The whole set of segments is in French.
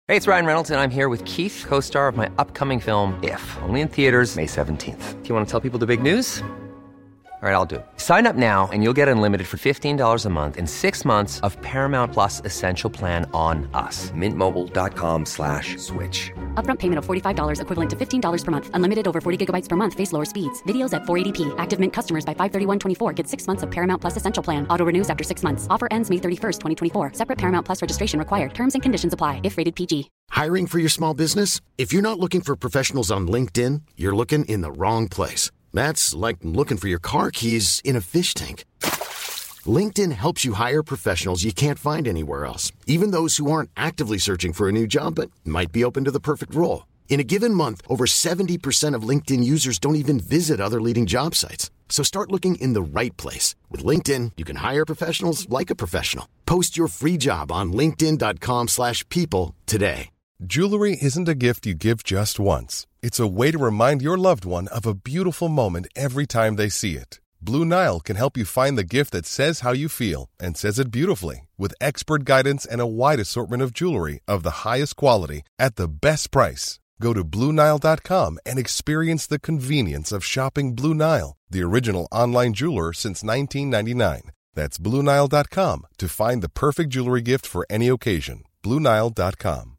Hey, it's Ryan Reynolds, and I'm here with Keith, co-star of my upcoming film, If, only in theaters May 17th. Do you want to tell people the big news? All right, I'll do it. Sign up now and you'll get unlimited for $15 a month and 6 months of Paramount Plus Essential Plan on us. MintMobile.com/switch. Upfront payment of $45 equivalent to $15 per month. Unlimited over 40 gigabytes per month. Face lower speeds. Videos at 480p. Active Mint customers by 531.24 get 6 months of Paramount Plus Essential Plan. Auto renews after 6 months. Offer ends May 31st, 2024. Separate Paramount Plus registration required. Terms and conditions apply if rated PG. Hiring for your small business? If you're not looking for professionals on LinkedIn, you're looking in the wrong place. That's like looking for your car keys in a fish tank. LinkedIn helps you hire professionals you can't find anywhere else, even those who aren't actively searching for a new job but might be open to the perfect role. In a given month, over 70% of LinkedIn users don't even visit other leading job sites. So start looking in the right place. With LinkedIn, you can hire professionals like a professional. Post your free job on linkedin.com/people today. Jewelry isn't a gift you give just once. It's a way to remind your loved one of a beautiful moment every time they see it. Blue Nile can help you find the gift that says how you feel and says it beautifully, with expert guidance and a wide assortment of jewelry of the highest quality at the best price. Go to BlueNile.com and experience the convenience of shopping Blue Nile, the original online jeweler since 1999. That's BlueNile.com to find the perfect jewelry gift for any occasion. BlueNile.com.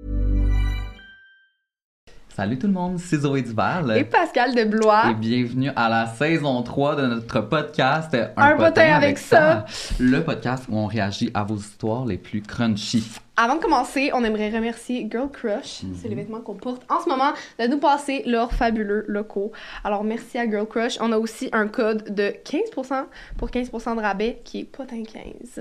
Salut tout le monde, c'est Zoé Duval. Et Pascal de Blois. Et bienvenue à la saison 3 de notre podcast Un potin avec ça. Le podcast où on réagit à vos histoires les plus crunchy. Avant de commencer, on aimerait remercier Girl Crush, c'est les vêtements qu'on porte en ce moment, de nous passer leurs fabuleux locaux. Alors merci à Girl Crush. On a aussi un code de 15% pour 15% de rabais qui est potin15.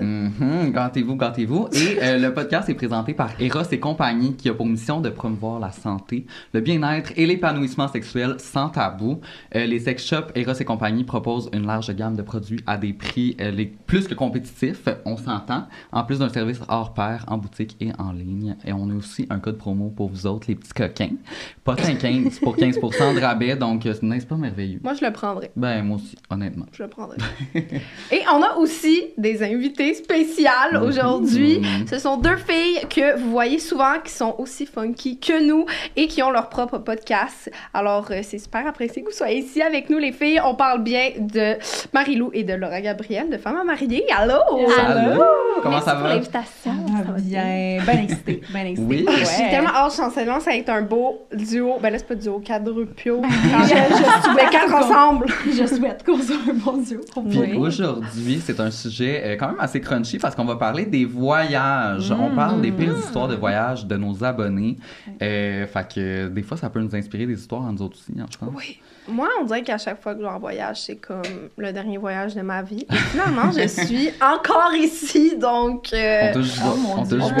Gâtez-vous. Et le podcast est présenté par Eros et compagnie qui a pour mission de promouvoir la santé, le bien-être et l'épanouissement sexuel sans tabou. Les sex shops Eros et compagnie proposent une large gamme de produits à des prix plus que compétitifs, on s'entend, en plus d'un service hors pair en boutique et en ligne. Et on a aussi un code promo pour vous autres, les petits coquins. Potin 15 pour 15% de rabais, donc n'est-ce pas merveilleux? Moi, je le prendrais. Ben, moi aussi, honnêtement. Je le prendrais. Et on a aussi des invités spéciales aujourd'hui. Ce sont deux filles que vous voyez souvent, qui sont aussi funky que nous et qui ont leur propre podcast. Alors, c'est super apprécié que vous soyez ici avec nous, les filles. On parle bien de Marie-Lou et de Laura Gabrielle, de Femmes à marier. Allô! Allô! Comment ça va? Merci pour l'invitation. Ça va bien. Bien excitée. Oui. Ouais. Je suis tellement hâte, chancelant, ça va être un beau duo. Ben là, c'est pas duo, quadrupio. Mais quatre ensemble. Je souhaite qu'on soit un bon duo. Puis aujourd'hui, c'est un sujet quand même assez crunchy parce qu'on va parler des voyages. On parle des pires histoires de voyage de nos abonnés. Fait que des fois, ça peut nous inspirer des histoires à nous autres aussi, je pense. Oui. Moi, on dirait qu'à chaque fois que je vais en voyage, c'est comme le dernier voyage de ma vie. Et finalement, je suis encore ici, donc... On touche bas.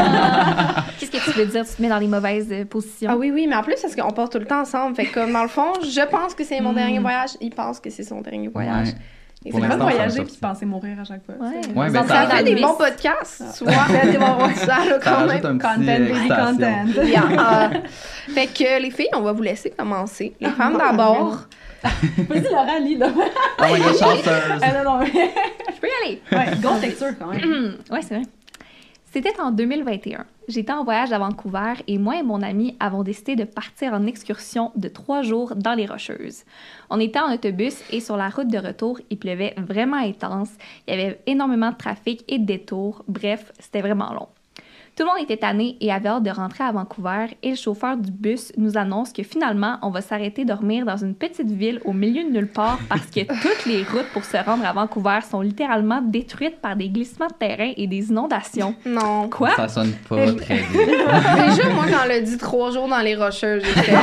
Qu'est-ce que tu veux dire? Tu te mets dans les mauvaises positions? Ah oui, mais en plus, parce qu'on part tout le temps ensemble. Fait que, comme, dans le fond, je pense que c'est mon dernier voyage. Il pense que c'est son dernier voyage. Ouais. Et C'est pas de voyager puis penser mourir à chaque fois. Ouais, mais ça fait des bons podcasts, tu vois. Ça, quand même. Un Content, petit baby, content. Yeah. Fait que, les filles, on va vous laisser commencer. Les femmes d'abord. Vas-y, Laura, lis, là. Oh my god, chanceuse! Non, mais... Je peux y aller. Ouais, grosse texture, quand même. Ouais, c'est vrai. C'était en 2021. J'étais en voyage à Vancouver et moi et mon ami avons décidé de partir en excursion de 3 jours dans les Rocheuses. On était en autobus et sur la route de retour, il pleuvait vraiment intense. Il y avait énormément de trafic et de détours. Bref, c'était vraiment long. Tout le monde était tanné et avait hâte de rentrer à Vancouver et le chauffeur du bus nous annonce que finalement, on va s'arrêter dormir dans une petite ville au milieu de nulle part parce que toutes les routes pour se rendre à Vancouver sont littéralement détruites par des glissements de terrain et des inondations. Non. Quoi? Ça sonne pas très bien. Déjà, moi, quand on l'a dit 3 jours dans les Rocheuses, j'étais...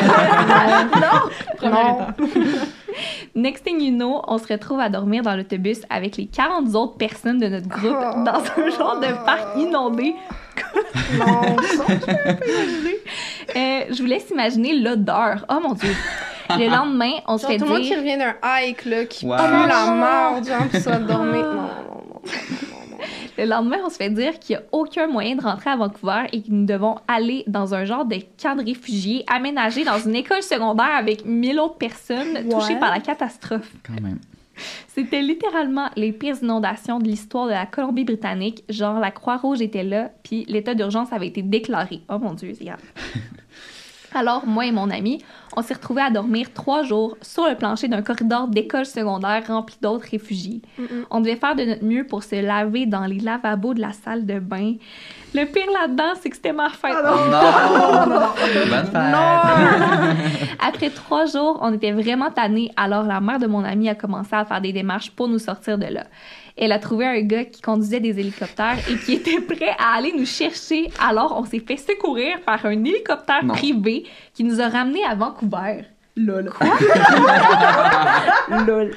non. Next thing you know, on se retrouve à dormir dans l'autobus avec les 40 autres personnes de notre groupe dans un genre de parc inondé. Non, je vous laisse imaginer l'odeur. Oh mon Dieu! Le lendemain, on se fait dire... Tout le monde qui revient d'un hike, là, qui pue la merde, genre, puis ça va dormir. Non. Le lendemain, on se fait dire qu'il n'y a aucun moyen de rentrer à Vancouver et que nous devons aller dans un genre de camp de réfugiés aménagé dans une école secondaire avec 1000 autres personnes touchées par la catastrophe. Quand même. C'était littéralement les pires inondations de l'histoire de la Colombie-Britannique. Genre, la Croix-Rouge était là, puis l'état d'urgence avait été déclaré. Oh mon Dieu, c'est grave. Alors, moi et mon ami, on s'est retrouvés à dormir 3 jours sur le plancher d'un corridor d'école secondaire rempli d'autres réfugiés. On devait faire de notre mieux pour se laver dans les lavabos de la salle de bain. Le pire là-dedans, c'est que c'était ma fête. Bonne fête! Après 3 jours, on était vraiment tannés, alors la mère de mon ami a commencé à faire des démarches pour nous sortir de là. Elle a trouvé un gars qui conduisait des hélicoptères et qui était prêt à aller nous chercher. Alors, on s'est fait secourir par un hélicoptère privé qui nous a ramenés à Vancouver. Lol. Quoi? Lol.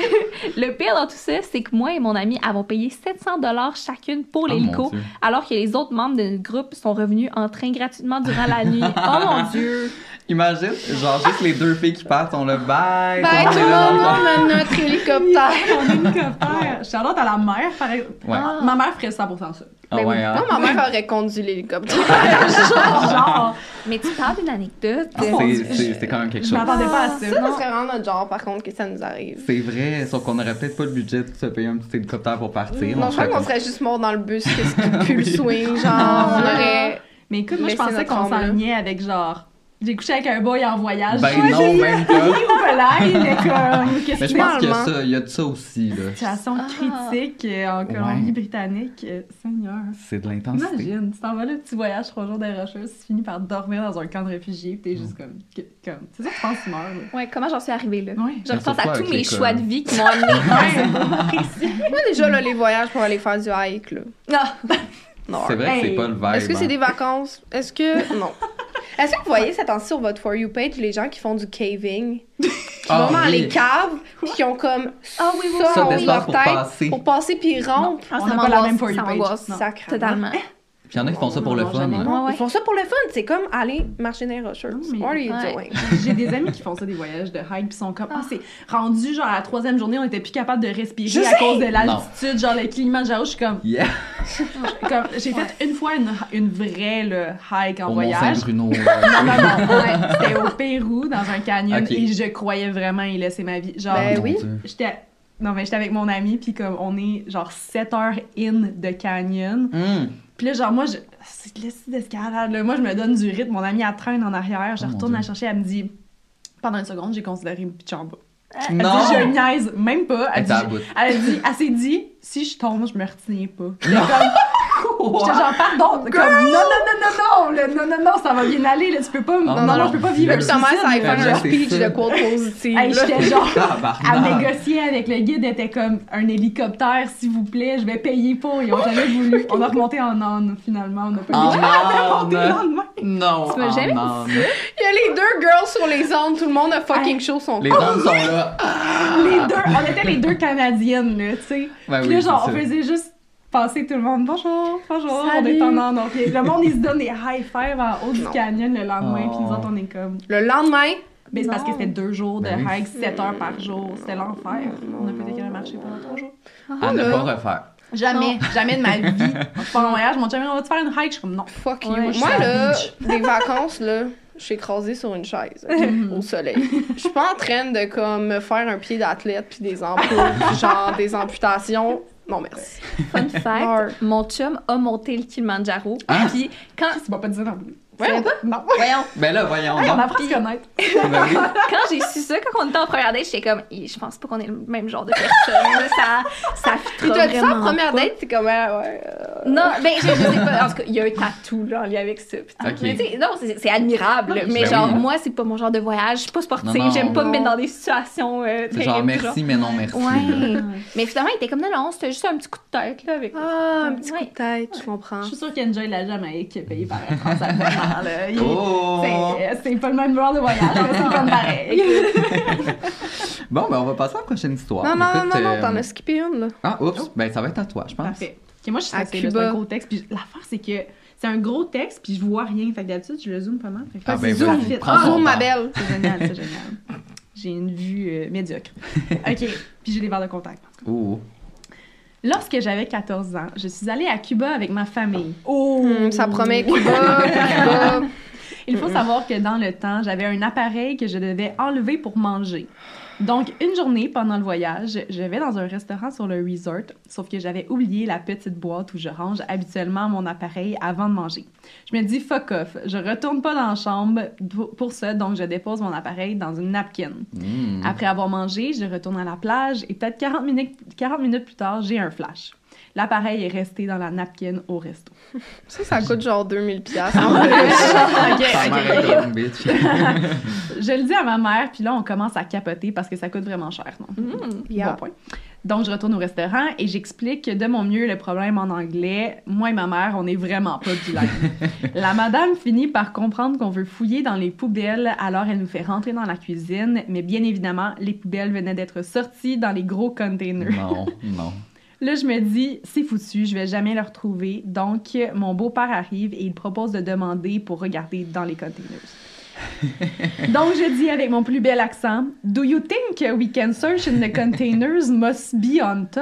Le pire dans tout ça, c'est que moi et mon ami avons payé 700$ chacune pour l'hélico, alors que les autres membres de notre groupe sont revenus en train gratuitement durant la nuit. Oh mon Dieu! Imagine, genre juste les 2 filles qui partent, on le bye! Bye tout le monde, notre hélicoptère! Mon hélicoptère! Charlotte à la mer, par exemple. Ouais. Ma mère ferait 100% ça. Ah ouais, hein? Moi, ma mère aurait conduit l'hélicoptère. Genre, Mais tu parles d'une anecdote. C'était quand même quelque je chose. m'attendais pas à Ça ça. serait vraiment notre genre, par contre, que ça nous arrive. C'est vrai, sauf qu'on aurait peut-être pas le budget de se payer un petit hélicoptère pour partir. Non, On je crois serait qu'on comme- serait juste mort dans le bus, qu'est-ce qui pue le swing, genre, on aurait... Mais écoute, moi, je Laissez pensais notre qu'on âme, là. s'enlignait avec genre. J'ai couché avec un boy en voyage. Ben non, même pas. Mais comme. Qu'est-ce Mais je que pense qu'il y a Finalement. ça, il y a de ça aussi, là. situation critique en Colombie-Britannique. Seigneur. C'est de l'intensité. Imagine, tu t'en vas là, tu voyages 3 jours des Rocheuses, tu finis par dormir dans un camp de réfugiés, pis t'es juste comme. C'est ça que tu penses que tu meurs, là. Ouais, comment j'en suis arrivée là? Ouais. Je repense surtout à tous avec mes l'école. choix de vie qui m'ont amené dans ce moment précis. Moi, déjà, là, les voyages pour aller faire du hike, là. Non. C'est vrai que c'est Hey. pas le vibe. Est-ce que c'est hein. des vacances? Est-ce que... Non. Est-ce que vous voyez cette temps sur votre For You page, les gens qui font du caving? Qui Ah vont dans oui. les caves, puis qui ont comme Ah oui, oui, ça Ça en haut de d'espace leur pour tête passer. pour passer puis ils rampent. Ah, On ça n'a pas la même m'angoisse, For You ça page. m'angoisse. Non. Sacrément. Totalement. Puis il y en a qui font ça pour le Non, fun. jamais. là. Ouais, ouais. Ils font ça pour le fun, c'est comme aller marcher dans les rocheuses. Non, mais- What are you Ouais. doing? J'ai des amis qui font ça, des voyages de hike, pis sont comme, c'est rendu, genre, à la 3e journée, on était plus capable de respirer Je à sais! cause de l'altitude, genre, le Kilimanjaro, je suis comme, Yeah! j'ai fait une fois une vraie, là, hike en Au voyage. Mont-Saint-Bruno. Non, ouais, c'était au Pérou, dans un canyon, Ok. et je croyais vraiment y laisser ma vie. Genre, Ben Mon oui. Dieu. j'étais avec mon ami, puis comme, on est, genre, 7 heures in de canyon. Puis là, genre, moi, c'est de l'estime d'escalade, là. Moi, je me donne du rythme. Mon ami, elle traîne en arrière. Je Oh, mon retourne Dieu. la chercher. Elle me dit, pendant une seconde, j'ai considéré me pitcher en bas. Elle Non! dit, je niaise même pas. Elle Elle, était à dit, bout. elle s'est dit, si je tombe, je me retiens pas. J'étais genre, pardon. Comme, non, ça va bien aller, là. Tu peux pas, non. je peux pas vivre Même sa mère, ça allait faire Ouais, un c'est speech ça. de quote positive. Hey, là. j'étais genre, Tabarnak. à négocier avec le guide, elle était comme un hélicoptère, s'il vous plaît, je vais payer pour. Ils ont jamais voulu. On a remonté en âne, finalement. On a pas En remonté le âne. lendemain. Non! Tu m'as jamais dit âne. Il y a les 2 girls sur les ondes, tout le monde a fucking chaud son Les corps. ânes sont là. On était les 2 Canadiennes, là, tu sais. Ouais, Puis oui, là, genre, c'est on ça. faisait juste passer tout le monde. Bonjour, on Salut. est en âne. Puis le monde, il se donne des high five en haut du Non. canyon le lendemain, Oh. puis nous autres, on est comme. Le lendemain, Ben, c'est parce que Non. c'était 2 jours de Ben oui. hike, 7 heures par jour. C'était l'enfer. On a pas été capable de marcher pendant 3 jours. À ne là. pas refaire. Jamais de ma vie. On se part en voyage, mon chum, on va-tu faire une hike? Je suis comme non. fuck you. Ouais, je Moi, suis à la là, beach. des vacances, là, je suis écrasée sur une chaise, ok, au soleil. Je suis pas en train de, comme, me faire un pied d'athlète puis des ampoules, puis genre des amputations. Non, merci. Fun Hard. fact, mon chum a monté le Kilimanjaro. Ah. Puis quand... Tu vas pas dire non plus. Ouais, Non. Voyons. Ben là, voyons Hey, on donc. apprend à se connaître. Ben oui. Quand j'ai su ça, quand on était en première date, j'étais comme, je pense pas qu'on est le même genre de personne. Là, ça Puis fitera t'as dit ça en vraiment première pas. date, c'est comme, ouais. Non, ben, je sais pas. En tout cas, il y a un tatou, là, en lien avec ça. Puis tout. Ok. Mais tu sais, non, c'est admirable. là. Mais Ben genre, oui. moi, c'est pas mon genre de voyage. Je suis pas sportive. Non, non. J'aime pas me Non. mettre dans des situations C'est genre terribles, merci, mais non merci. Ouais. Mais finalement, il était comme, non, c'était juste un petit coup de tête, là, avec. Ah, un petit coup Ouais. de tête, je comprends. Je suis sûre qu'Enjoy la Jamaïque est payée par Air France actuellement, là. Oh! C'est pas le même genre de voyage, mais c'est comme pareil. Bon, ben on va passer à la prochaine histoire. Non, non, Écoute, non, t'en as skippé une, là. Ah, oups, ben ça va être à toi, je pense. Parfait. Ok, moi, je suis À stressée, là, c'est Cuba. un gros texte. Puis l'affaire, c'est que c'est un gros texte, puis je vois rien. Fait que d'habitude, je le zoome pas mal. Fait que Ah, ben ça vas-y, fit. prends Ah, ton Zoom, ma temps. belle. c'est génial, c'est génial. J'ai une vue médiocre. OK, puis j'ai des verres de contact. Oh. Lorsque j'avais 14 ans, je suis allée à Cuba avec ma famille. Ça promet Cuba, Cuba. Il faut savoir que dans le temps, j'avais un appareil que je devais enlever pour manger. Donc, une journée pendant le voyage, je vais dans un restaurant sur le resort, sauf que j'avais oublié la petite boîte où je range habituellement mon appareil avant de manger. Je me dis, fuck off, je retourne pas dans la chambre pour ça, donc je dépose mon appareil dans une napkin. Après avoir mangé, je retourne à la plage et peut-être 40 minutes plus tard, j'ai un flash. L'appareil est resté dans la napkin au resto. Ça coûte genre 2000$. Je le dis à ma mère, puis là, on commence à capoter parce que ça coûte vraiment cher, non? Yeah. Bon point. Donc, je retourne au restaurant et j'explique de mon mieux le problème en anglais. Moi et ma mère, on est vraiment pas bilingues. La madame finit par comprendre qu'on veut fouiller dans les poubelles, alors elle nous fait rentrer dans la cuisine, mais bien évidemment, les poubelles venaient d'être sorties dans les gros containers. Non. Là, je me dis, c'est foutu, je vais jamais le retrouver. Donc, mon beau-père arrive et il propose de demander pour regarder dans les containers. Donc, je dis avec mon plus bel accent, « Do you think we can search in the containers must be on top? »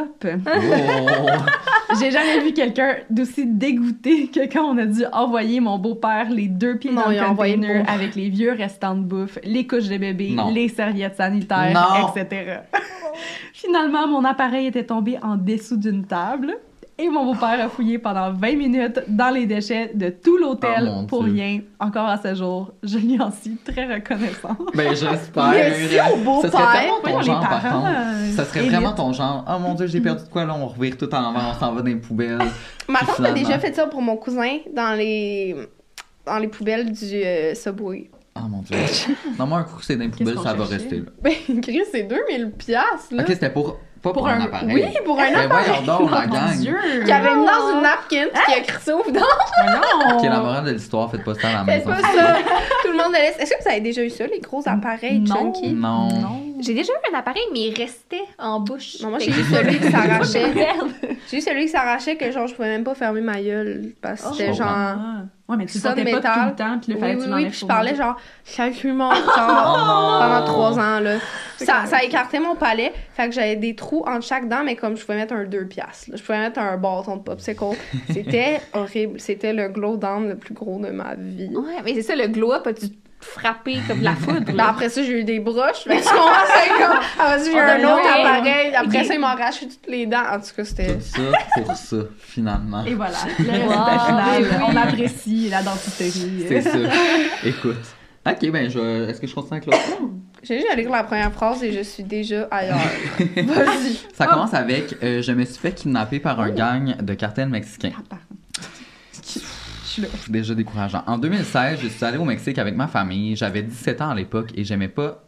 J'ai jamais vu quelqu'un d'aussi dégoûté que quand on a dû envoyer mon beau-père les 2 pieds dans le container avec les vieux restants de bouffe, les couches de bébé, les serviettes sanitaires, etc. Finalement, mon appareil était tombé en dessous d'une table. Et mon beau-père a fouillé pendant 20 minutes dans les déchets de tout l'hôtel pour rien. Encore à ce jour, je lui en suis très reconnaissante. Ben, j'espère. Merci au beau-père. Ça serait tellement ton genre, par parents, contre. Ça serait vraiment ton genre. Oh mon Dieu, j'ai perdu de quoi, là, on revire tout en avant, on s'en va dans les poubelles. Ma tante a déjà fait ça pour mon cousin dans les poubelles du Subway. Oh mon Dieu. Non, moi, un coup, c'est dans les poubelles, ça va rester, là. Ben, Chris, c'est 2000$, là. Ok, c'était pour un appareil. Oui, pour un appareil. Mais voyons donc, la gang. Qui avait mis dans une napkin, puis qui a crissé au vidange. Ok, la morale de l'histoire, faites pas ça à la Faites maison. pas ça. Tout le monde le laisse. Est-ce que vous avez déjà eu ça, les gros appareils chunky? Non. J'ai déjà eu un appareil, mais il restait en bouche. Non, moi, j'ai eu celui qui s'arrachait. J'ai eu celui qui s'arrachait que, genre, je pouvais même pas fermer ma gueule parce que c'était genre... Ouais, mais tu ça de portais pas métal. tout le temps, puis là, fallait que tu l'enlèves. Puis je parlais genre calculement pendant 3 ans là. Ça écartait mon palais, fait que j'avais des trous entre chaque dent, mais comme je pouvais mettre un 2$, là. Je pouvais mettre un bâton de popsicle. C'était horrible. C'était le glow down le plus gros de ma vie. Ouais, mais c'est ça, le glow up, as-tu frappé comme de la foudre? Ben après ça, j'ai eu des broches. Fait que tu commençais comme... Après ça, j'ai eu un autre appareil. Après ça, ils m'ont arraché toutes les dents. En tout cas, c'était... Tout ça pour ça, finalement. Et voilà, le résultat final. On apprécie la dentisterie. C'est ça. Écoute. Ok, ben, est-ce que je continue avec l'autre? J'ai juste à lire la première phrase et je suis déjà ailleurs. Vas-y. Ça commence avec je me suis fait kidnapper par un gang de cartels mexicains. C'est déjà décourageant. En 2016, je suis allée au Mexique avec ma famille. J'avais 17 ans à l'époque et j'aimais pas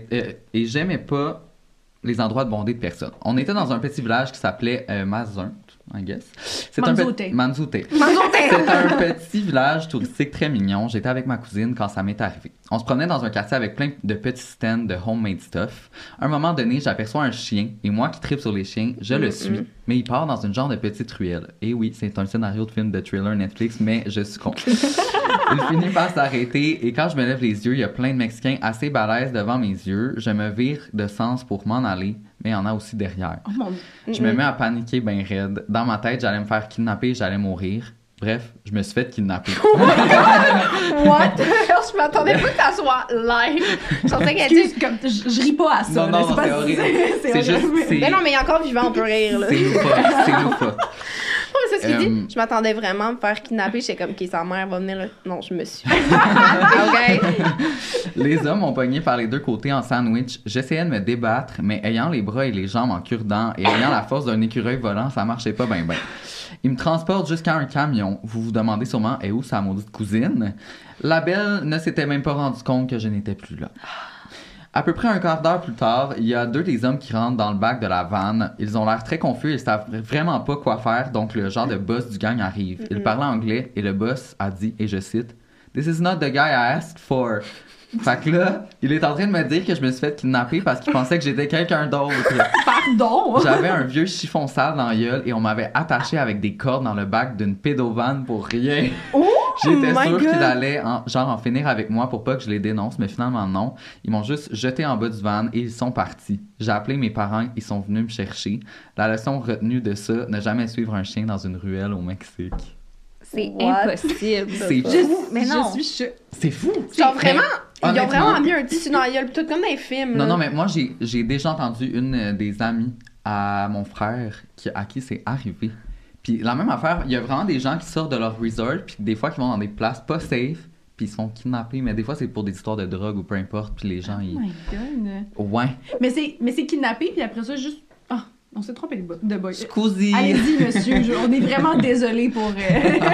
les endroits de bondés de personnes. On était dans un petit village qui s'appelait Mazun, I guess. Manzoute. C'est un petit village touristique très mignon. J'étais avec ma cousine quand ça m'est arrivé. On se promenait dans un quartier avec plein de petits stands de homemade stuff. À un moment donné, j'aperçois un chien et moi qui tripe sur les chiens, je le suis. Mais il part dans une genre de petite ruelle. Et oui, c'est un scénario de film de thriller Netflix, mais je suis con. Il finit par s'arrêter et quand je me lève les yeux, il y a plein de Mexicains assez balèzes devant mes yeux. Je me vire de sens pour m'en aller, mais il y en a aussi derrière. Oh mon Dieu. Je me mets à paniquer ben raide. Dans ma tête, j'allais me faire kidnapper, j'allais mourir. Bref, je me suis fait kidnapper. What? Je m'attendais pas que ça soit live. Je pensais qu'elle dit... comme je ris pas à ça. Non, c'est horrible. C'est juste... Mais non, mais il est encore vivant, on peut rire, là. C'est loufoque. C'est ce qu'il dit. Je m'attendais vraiment à me faire kidnapper. J'étais comme, OK, sa mère va venir là. Non, je me suis. OK. Les hommes m'ont pogné par les deux côtés en sandwich. J'essayais de me débattre, mais ayant les bras et les jambes en cure-dents et ayant la force d'un écureuil volant, ça marchait pas ben. Ils me transportent jusqu'à un camion. Vous vous demandez sûrement, où sa maudite cousine? La belle ne s'était même pas rendue compte que je n'étais plus là. À peu près un quart d'heure plus tard, il y a 2 des hommes qui rentrent dans le bac de la vanne. Ils ont l'air très confus et savent vraiment pas quoi faire, donc le genre de boss du gang arrive. Il parlait anglais et le boss a dit, et je cite, « This is not the guy I asked for. » Fait que là, il est en train de me dire que je me suis fait kidnapper parce qu'il pensait que j'étais quelqu'un d'autre. Pardon! J'avais un vieux chiffon sale dans la gueule et on m'avait attaché avec des cordes dans le bac d'une pédovane pour rien. Oh, j'étais sûre qu'il allait en finir avec moi pour pas que je les dénonce, mais finalement non. Ils m'ont juste jeté en bas du van et ils sont partis. J'ai appelé mes parents, ils sont venus me chercher. La leçon retenue de ça, ne jamais suivre un chien dans une ruelle au Mexique. C'est impossible. C'est fou. Mais non. Je suis C'est fou. Genre vraiment Ils ont Honnêtement- vraiment mis un tissu dans la gueule, tout comme dans les films. Non, là. non, mais moi, j'ai déjà entendu une des amies à mon frère à qui c'est arrivé. Puis la même affaire, il y a vraiment des gens qui sortent de leur resort, puis des fois qui vont dans des places pas safe, puis ils se font kidnapper, mais des fois c'est pour des histoires de drogue ou peu importe, puis les gens, Oh ils... my God. Ouais. Mais c'est kidnappé, puis après ça, juste... Ah, on s'est trompé de boy. Scusi! Allez-y, monsieur, on est vraiment désolé pour... tu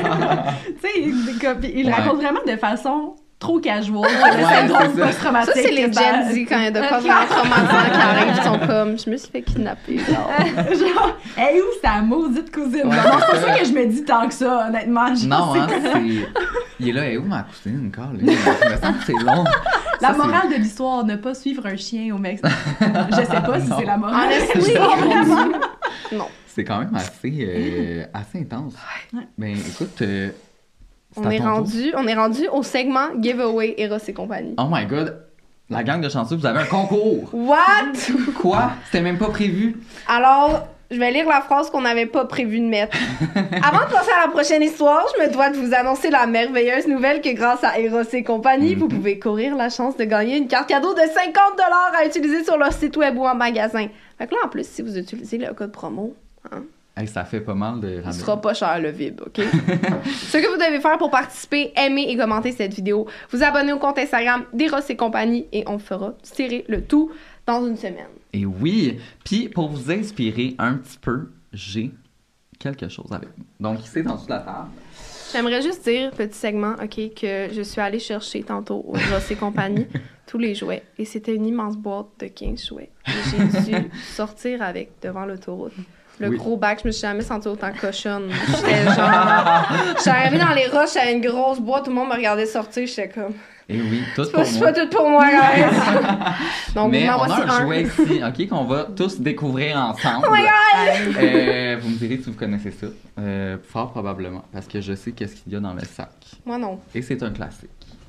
sais, il Ouais. raconte vraiment de façon trop casual. Ouais, Le syndrome c'est ça. post-traumatique. Ça, c'est les Gen Z quand il y a de quoi vraiment traumatisant qui arrive. Ils sont comme, je me suis fait kidnapper. Genre. Genre, hey, où c'est ta maudite cousine? Ouais, Non, c'est c'est pas ça. ça que je me dis tant que ça, honnêtement. Genre, Non, hein, c'est- c'est... Il est là, et où ma cousine, Carl? Il me semble que c'est long. La Ça, c'est- morale de l'histoire, ne pas suivre un chien au Mexique. Je sais pas si Non. c'est la morale. Honestly, Vraiment. non. C'est quand même assez intense. Ouais. Ben, écoute... c'est On à est ton tour. rendu au segment Giveaway Eros et compagnie. Oh my God! La gang de chanceux, vous avez un concours! What? Quoi? C'était même pas prévu? Alors, je vais lire la phrase qu'on n'avait pas prévu de mettre. Avant de passer à la prochaine histoire, je me dois de vous annoncer la merveilleuse nouvelle que grâce à Eros et compagnie, vous pouvez courir la chance de gagner une carte cadeau de 50$ à utiliser sur leur site web ou en magasin. Fait que là, en plus, si vous utilisez le code promo, hein, Hey, ça fait pas mal de il rabais. sera pas cher le vib, OK? Ce que vous devez faire pour participer, aimer et commenter cette vidéo, vous abonner au compte Instagram d'Eros et compagnie et on fera tirer le tout dans une semaine. Et oui! Puis, pour vous inspirer un petit peu, j'ai quelque chose avec nous. Donc, c'est en dessous de la table. J'aimerais juste dire, petit segment, OK, que je suis allée chercher tantôt au Eros et compagnie tous les jouets. Et c'était une immense boîte de 15 jouets. Et j'ai dû sortir avec devant l'autoroute. Le Oui. gros bac, je me suis jamais sentie autant cochonne. J'étais genre... J'étais arrivée dans les roches, j'avais une grosse boîte, tout le monde me regardait sortir, j'étais comme... Et oui, tout C'est pour pas moi. tout pour moi, guys! Donc, Mais vous m'en on a voici un jouet ici, OK, qu'on va tous découvrir ensemble. Oh my God! Vous me direz si vous connaissez ça. Fort probablement, parce que je sais qu'est-ce qu'il y a dans le sac. Moi, non. Et c'est un classique.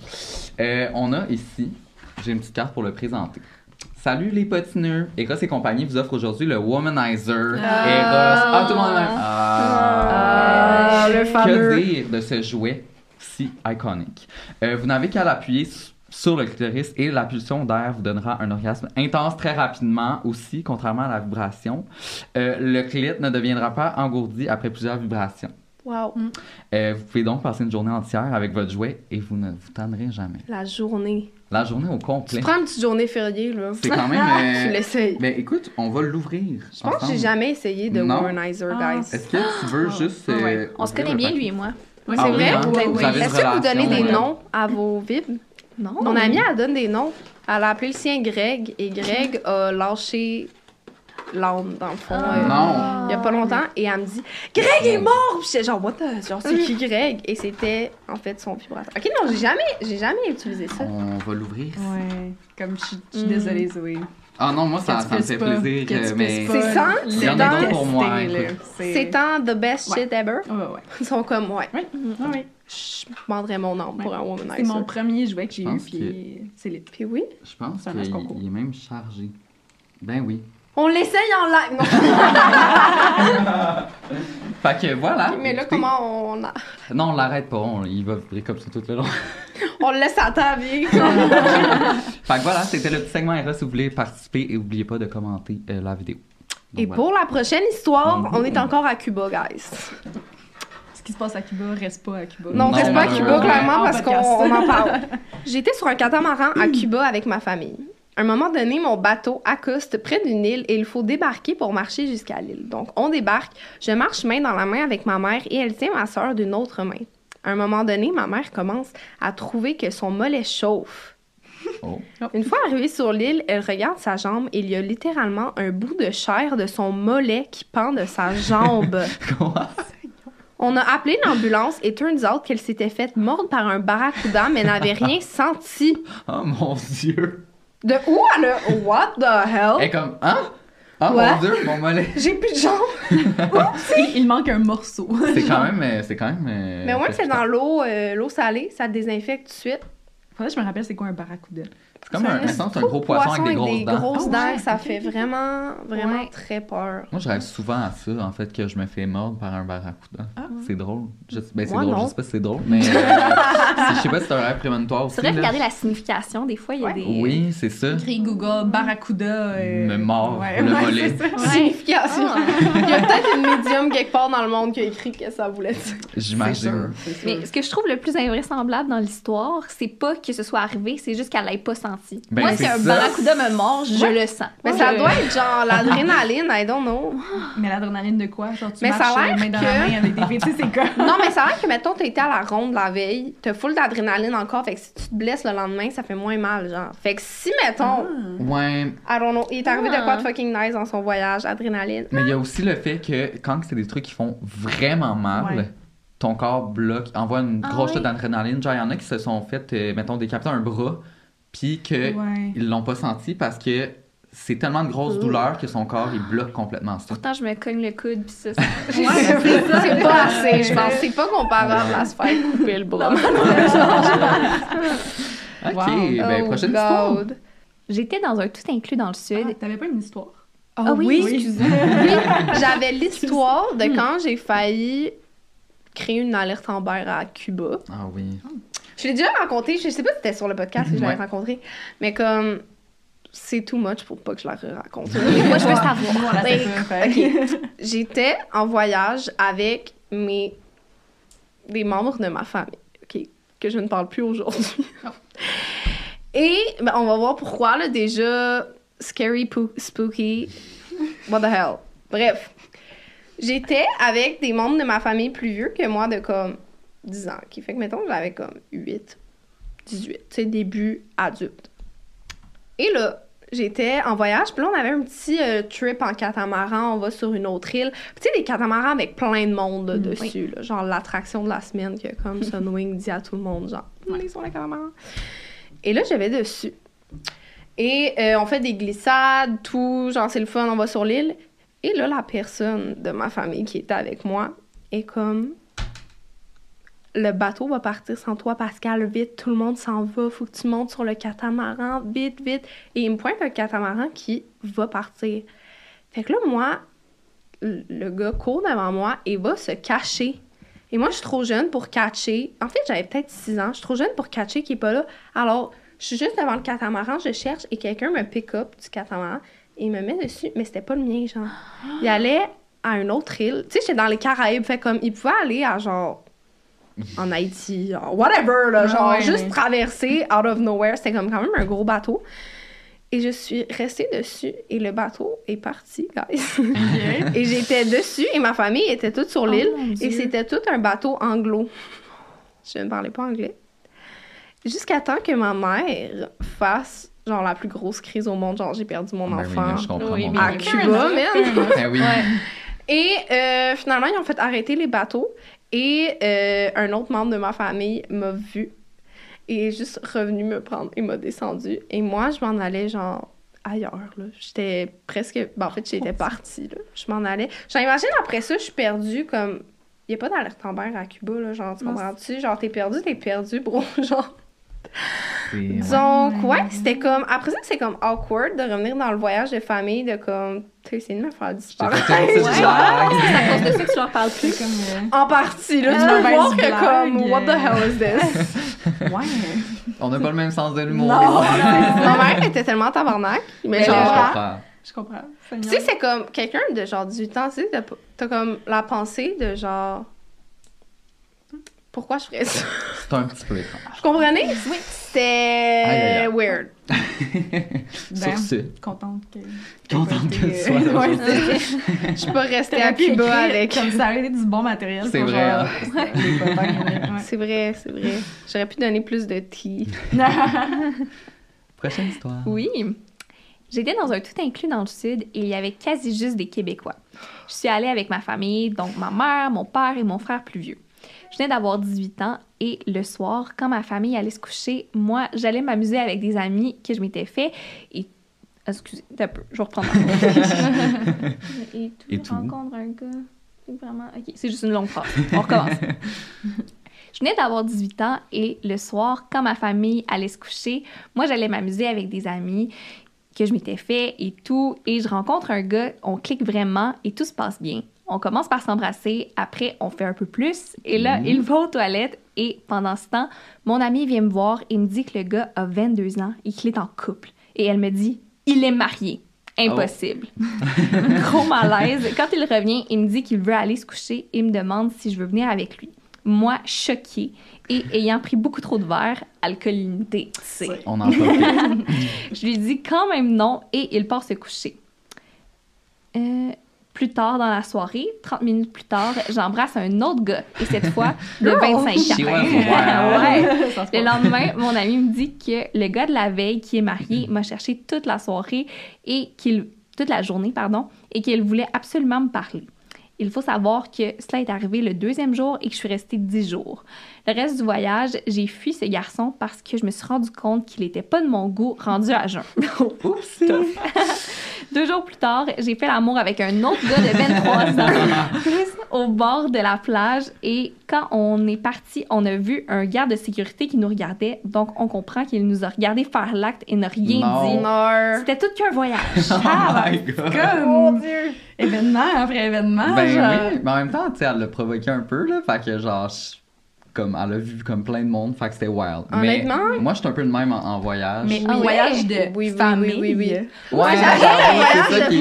On a ici, j'ai une petite carte pour le présenter. Salut les potineux! Eros et compagnie vous offre aujourd'hui le Womanizer. Eros. Ah, tout le monde même. Le fameux. Que dire de ce jouet si iconique? Vous n'avez qu'à l'appuyer sur le clitoris et la pulsion d'air vous donnera un orgasme intense très rapidement aussi, contrairement à la vibration. Le clit ne deviendra pas engourdi après plusieurs vibrations. Wow. Vous pouvez donc passer une journée entière avec votre jouet et vous ne vous tannerez jamais. La journée. La journée au Tu complet. prends une petite journée fériée, là. C'est quand même... Tu l'essayes. Ben écoute, on va l'ouvrir. Je pense que j'ai jamais essayé de Non. Womanizer, Ah. guys. Est-ce que tu veux juste... Ouais. On se ouvrir connaît le bien, paquet? lui et moi. Ouais, Ah C'est oui, vrai? hein? Ouais, Vous ouais. avez une Est-ce que vous donnez relation, des là. noms à vos vibes? Non. Mon amie, elle donne des noms. Elle a appelé le sien Greg et Greg a lâché l'âme, dans le fond, Non. il y a pas longtemps. Et elle me dit Greg est mort! Puis j'étais genre, what the? Genre, c'est qui Greg? Et c'était en fait son vibrateur. Ok, non, j'ai jamais utilisé ça. On va l'ouvrir. Ouais, comme je suis désolée, Zoé. Ah non, moi, ça, Que tu ça me puisses fait pas- plaisir, que tu mais... puisses pas C'est sans? le Il y en a d'autres pour moi, détester, là. écoute. C'est un the best Ouais. shit ever. Ouais, ouais. Ils sont comme, ouais. Ouais, ouais. Je vendrais mon âme pour Ouais. un Womanizer. C'est mon premier jouet que j'ai Je eu, pense puis c'est lit. Puis oui, Je pense C'est un nice concours. qu'il est même chargé. Ben oui. on l'essaye en live. Non. Fait que voilà. Mais là, écoutez. comment on a... Non, on l'arrête pas. Il va vibrer comme ça tout le long. On le laisse à table. Fait que voilà, c'était le petit segment RS si vous voulez participer et n'oubliez pas de commenter la vidéo. Donc, Et voilà. pour la prochaine histoire, Mhm. on est encore à Cuba, guys. Ce qui se passe à Cuba reste pas à Cuba. Non, on Non, reste pas à malheureusement. Cuba, clairement, En parce qu'on podcast. on en parle. J'étais sur un catamaran à Cuba avec ma famille. À un moment donné, mon bateau accoste près d'une île et il faut débarquer pour marcher jusqu'à l'île. Donc, on débarque, je marche main dans la main avec ma mère et elle tient ma soeur d'une autre main. À un moment donné, ma mère commence à trouver que son mollet chauffe. Oh. Une fois arrivée sur l'île, elle regarde sa jambe et il y a littéralement un bout de chair de son mollet qui pend de sa jambe. Quoi? On a appelé l'ambulance et turns out qu'elle s'était faite mordre par un barracuda mais n'avait rien senti. Oh mon Dieu. De où elle a... What the hell? Elle est comme, hein? Oh What? mon Dieu, mon mollet. J'ai plus de jambes. Il manque un morceau. C'est quand même. Mais au moins que c'est dans l'eau salée, ça te désinfecte tout de suite. Faudrait que je me rappelle c'est quoi un barracuda. C'est comme c'est un gros poisson avec des grosses dents. grosses dents, ouais. ça fait vraiment Ouais. très peur. Moi, je rêve souvent à ça, en fait, que je me fais mordre par un barracuda. C'est drôle. C'est Moi, drôle, non. je sais pas si c'est drôle, mais je sais pas si c'est un rêve prémonitoire aussi. Faudrait là. regarder la signification. Des fois, il y a des... Oui, c'est ça. Écrit Google barracuda. Me mord ouais, le ouais, mollet. c'est ça. Signification. Il y a peut-être une médium quelque part dans le monde qui a écrit que ça voulait dire. J'imagine. Mais ce que je trouve le plus invraisemblable dans l'histoire, c'est pas que ce soit arrivé, c'est juste qu'elle l'ait pas senti. Ben, Moi, c'est si un ça. barracuda me mord, je le sens. Mais Moi, ça je- doit être genre l'adrénaline, I don't know. Mais l'adrénaline de quoi? Genre, tu Mais marches ça a l'air main dans que- la main avec des filles, tu sais, c'est quoi? Non, mais ça a l'air que, mettons, t'as été à la ronde la veille, t'as full d'adrénaline encore, fait que si tu te blesses le lendemain, ça fait moins mal, genre. Fait que si, mettons, Ouais, I don't know, il est arrivé de quoi de fucking nice dans son voyage, adrénaline. mais il y a aussi le fait que quand c'est des trucs qui font vraiment mal, Ouais. ton corps bloque, envoie une grosse oui. shot d'adrénaline. Genre, il y en a qui se sont fait, mettons, décapiter un bras, puis qu'ils Ouais. l'ont pas senti parce que c'est tellement de grosses douleurs que son corps, il bloque complètement ça. Pourtant, je me cogne le coude, pis ça... C'est pas assez, je pense. C'est pas comparable à se faire couper le bras. OK, Wow. ben Oh, prochaine histoire. God. J'étais dans un tout inclus dans le sud. Ah, t'avais pas une histoire? Ah oui, oui, excusez. oui, j'avais l'histoire de quand j'ai failli créer une alerte Amber à Cuba. Ah oui. Je l'ai déjà raconté, je sais pas si c'était sur le podcast que je l'avais Ouais. rencontré, mais comme c'est too much pour pas que je la raconte. Moi, je veux savoir. Nous, on la sait Ben, pas, fait. OK. J'étais en voyage avec des membres de ma famille, OK, que je ne parle plus aujourd'hui. Et ben, on va voir pourquoi, là, déjà, scary, spooky, what the hell. Bref, j'étais avec des membres de ma famille plus vieux que moi de comme 10 ans, qui fait que, mettons, j'avais comme 8, 18, tu sais, début adulte. Et là, j'étais en voyage, puis là, on avait un petit trip en catamaran, on va sur une autre île. Puis tu sais, des catamarans avec plein de monde là, dessus, là, genre l'attraction de la semaine que comme Sunwing dit à tout le monde, genre, allez sur les catamarans. Et là, j'avais dessus. Et on fait des glissades, tout, genre c'est le fun, on va sur l'île. Et là, la personne de ma famille qui était avec moi est comme... Le bateau va partir sans toi, Pascal, vite, tout le monde s'en va, faut que tu montes sur le catamaran, vite, vite. Et il me pointe un catamaran qui va partir. Fait que là, moi, le gars court devant moi et va se cacher. Et moi, je suis trop jeune pour catcher. En fait, j'avais peut-être 6 ans. Je suis trop jeune pour catcher qu'il est pas là. Alors, je suis juste devant le catamaran, je cherche et quelqu'un me pick up du catamaran et il me met dessus. Mais c'était pas le mien, genre. Il allait à une autre île. Tu sais, j'étais dans les Caraïbes. Fait comme, il pouvait aller à genre... en Haïti, genre, whatever, là, genre, ouais, juste mais- traverser out of nowhere. C'était comme quand même un gros bateau. Et je suis restée dessus et le bateau est parti, guys. Et j'étais dessus et ma famille était toute sur l'île mon Dieu. et c'était tout un bateau anglo. Je ne parlais pas anglais. Jusqu'à temps que ma mère fasse, genre, la plus grosse crise au monde. Genre, j'ai perdu mon Ben oui, enfant là, je comprends Oui, mon mais à Dieu. Cuba, man. Ben oui. Et finalement, ils ont fait arrêter les bateaux. Et un autre membre de ma famille m'a vu et est juste revenu me prendre et m'a descendu. Et moi, je m'en allais genre ailleurs, là. J'étais presque... Ben, en fait, j'étais partie, là. Je m'en allais. J'imagine, après ça, je suis perdue comme... Il n'y a pas d'alerte Amber à Cuba, là, genre, tu comprends-tu? Genre, t'es perdu, bro. Genre... Donc, ouais, c'était comme... Après ça, c'est comme awkward de revenir dans le voyage de famille, de comme... T'as essayé de me faire J'ai disparaître. fait une petite blague. C'est à cause de ça que tu leur parles plus. C'est comme... En partie, là. Tu Une peux mauvaise voir que blague, comme... What the hell is this? Ouais. On n'a pas le même sens de l'humour. Non. les gens. Ma mère était tellement tabarnak. Mais Mais genre... Je là, comprends. Je comprends. Tu sais, c'est comme quelqu'un de genre 18 ans, tu sais, t'as comme la pensée de genre... Pourquoi je ferais ça? C'est un petit peu étrange. Vous comprenez? Oui. Aïe, C'était aïe. weird. Sur ce, Contente que... contente que tu sois là Ouais, aujourd'hui. Je suis pas restée à T'aurais pu Cuba écrire avec... Comme ça aurait été du bon matériel. C'est pour vrai, genre, hein. les copains, ouais. C'est vrai, c'est vrai. J'aurais pu donner plus de tea. Prochaine histoire. Oui. J'étais dans un tout inclus dans le sud et il y avait quasi juste des Québécois. Je suis allée avec ma famille, donc ma mère, mon père et mon frère plus vieux. Je venais d'avoir 18 ans et le soir, quand ma famille allait se coucher, moi, j'allais m'amuser avec des amis que je m'étais fait et... Excusez, un peu, je vais reprendre. Et tout, Et tout. rencontre un gars. C'est vraiment... OK, c'est juste une longue phrase. On recommence. Je venais d'avoir 18 ans et le soir, quand ma famille allait se coucher, moi, j'allais m'amuser avec des amis que je m'étais fait et tout. Et je rencontre un gars, on clique vraiment et tout se passe bien. On commence par s'embrasser, après, on fait un peu plus. Et là, il va aux toilettes et pendant ce temps, mon amie vient me voir et me dit que le gars a 22 ans et qu'il est en couple. Et elle me dit, il est marié. Impossible. Gros malaise. Quand il revient, il me dit qu'il veut aller se coucher et me demande si je veux venir avec lui. Moi, choquée et ayant pris beaucoup trop de verre, alcool limité, c'est... On en parle. Je lui dis quand même non et il part se coucher. Plus tard dans la soirée, 30 minutes plus tard, j'embrasse un autre gars, et cette fois de 25 ans. Ouais. Le lendemain, mon ami me dit que le gars de la veille qui est marié m'a cherché toute la soirée et toute la journée, pardon, et qu'il voulait absolument me parler. Il faut savoir que cela est arrivé le 2e jour et que je suis restée 10 jours. Le reste du voyage, j'ai fui ce garçon parce que je me suis rendu compte qu'il n'était pas de mon goût rendu à jeun. Oups! 2 jours plus tard, j'ai fait l'amour avec un autre gars de 23 ans, au bord de la plage. Et quand on est parti, on a vu un garde de sécurité qui nous regardait. Donc, on comprend qu'il nous a regardé faire l'acte et n'a rien dit. Non. C'était tout qu'un voyage. Oh my God! Comme... Mon Dieu! Événement après événement. Ben genre... oui, mais en même temps, tu sais, elle l'a provoqué un peu, là. Fait que genre, comme elle a vu comme plein de monde, fait que c'était wild. Honnêtement? Mais moi, je suis un peu de même en voyage. Mais Ah ouais? voyage de famille. Oui. Ouais, J'avais c'est ça qui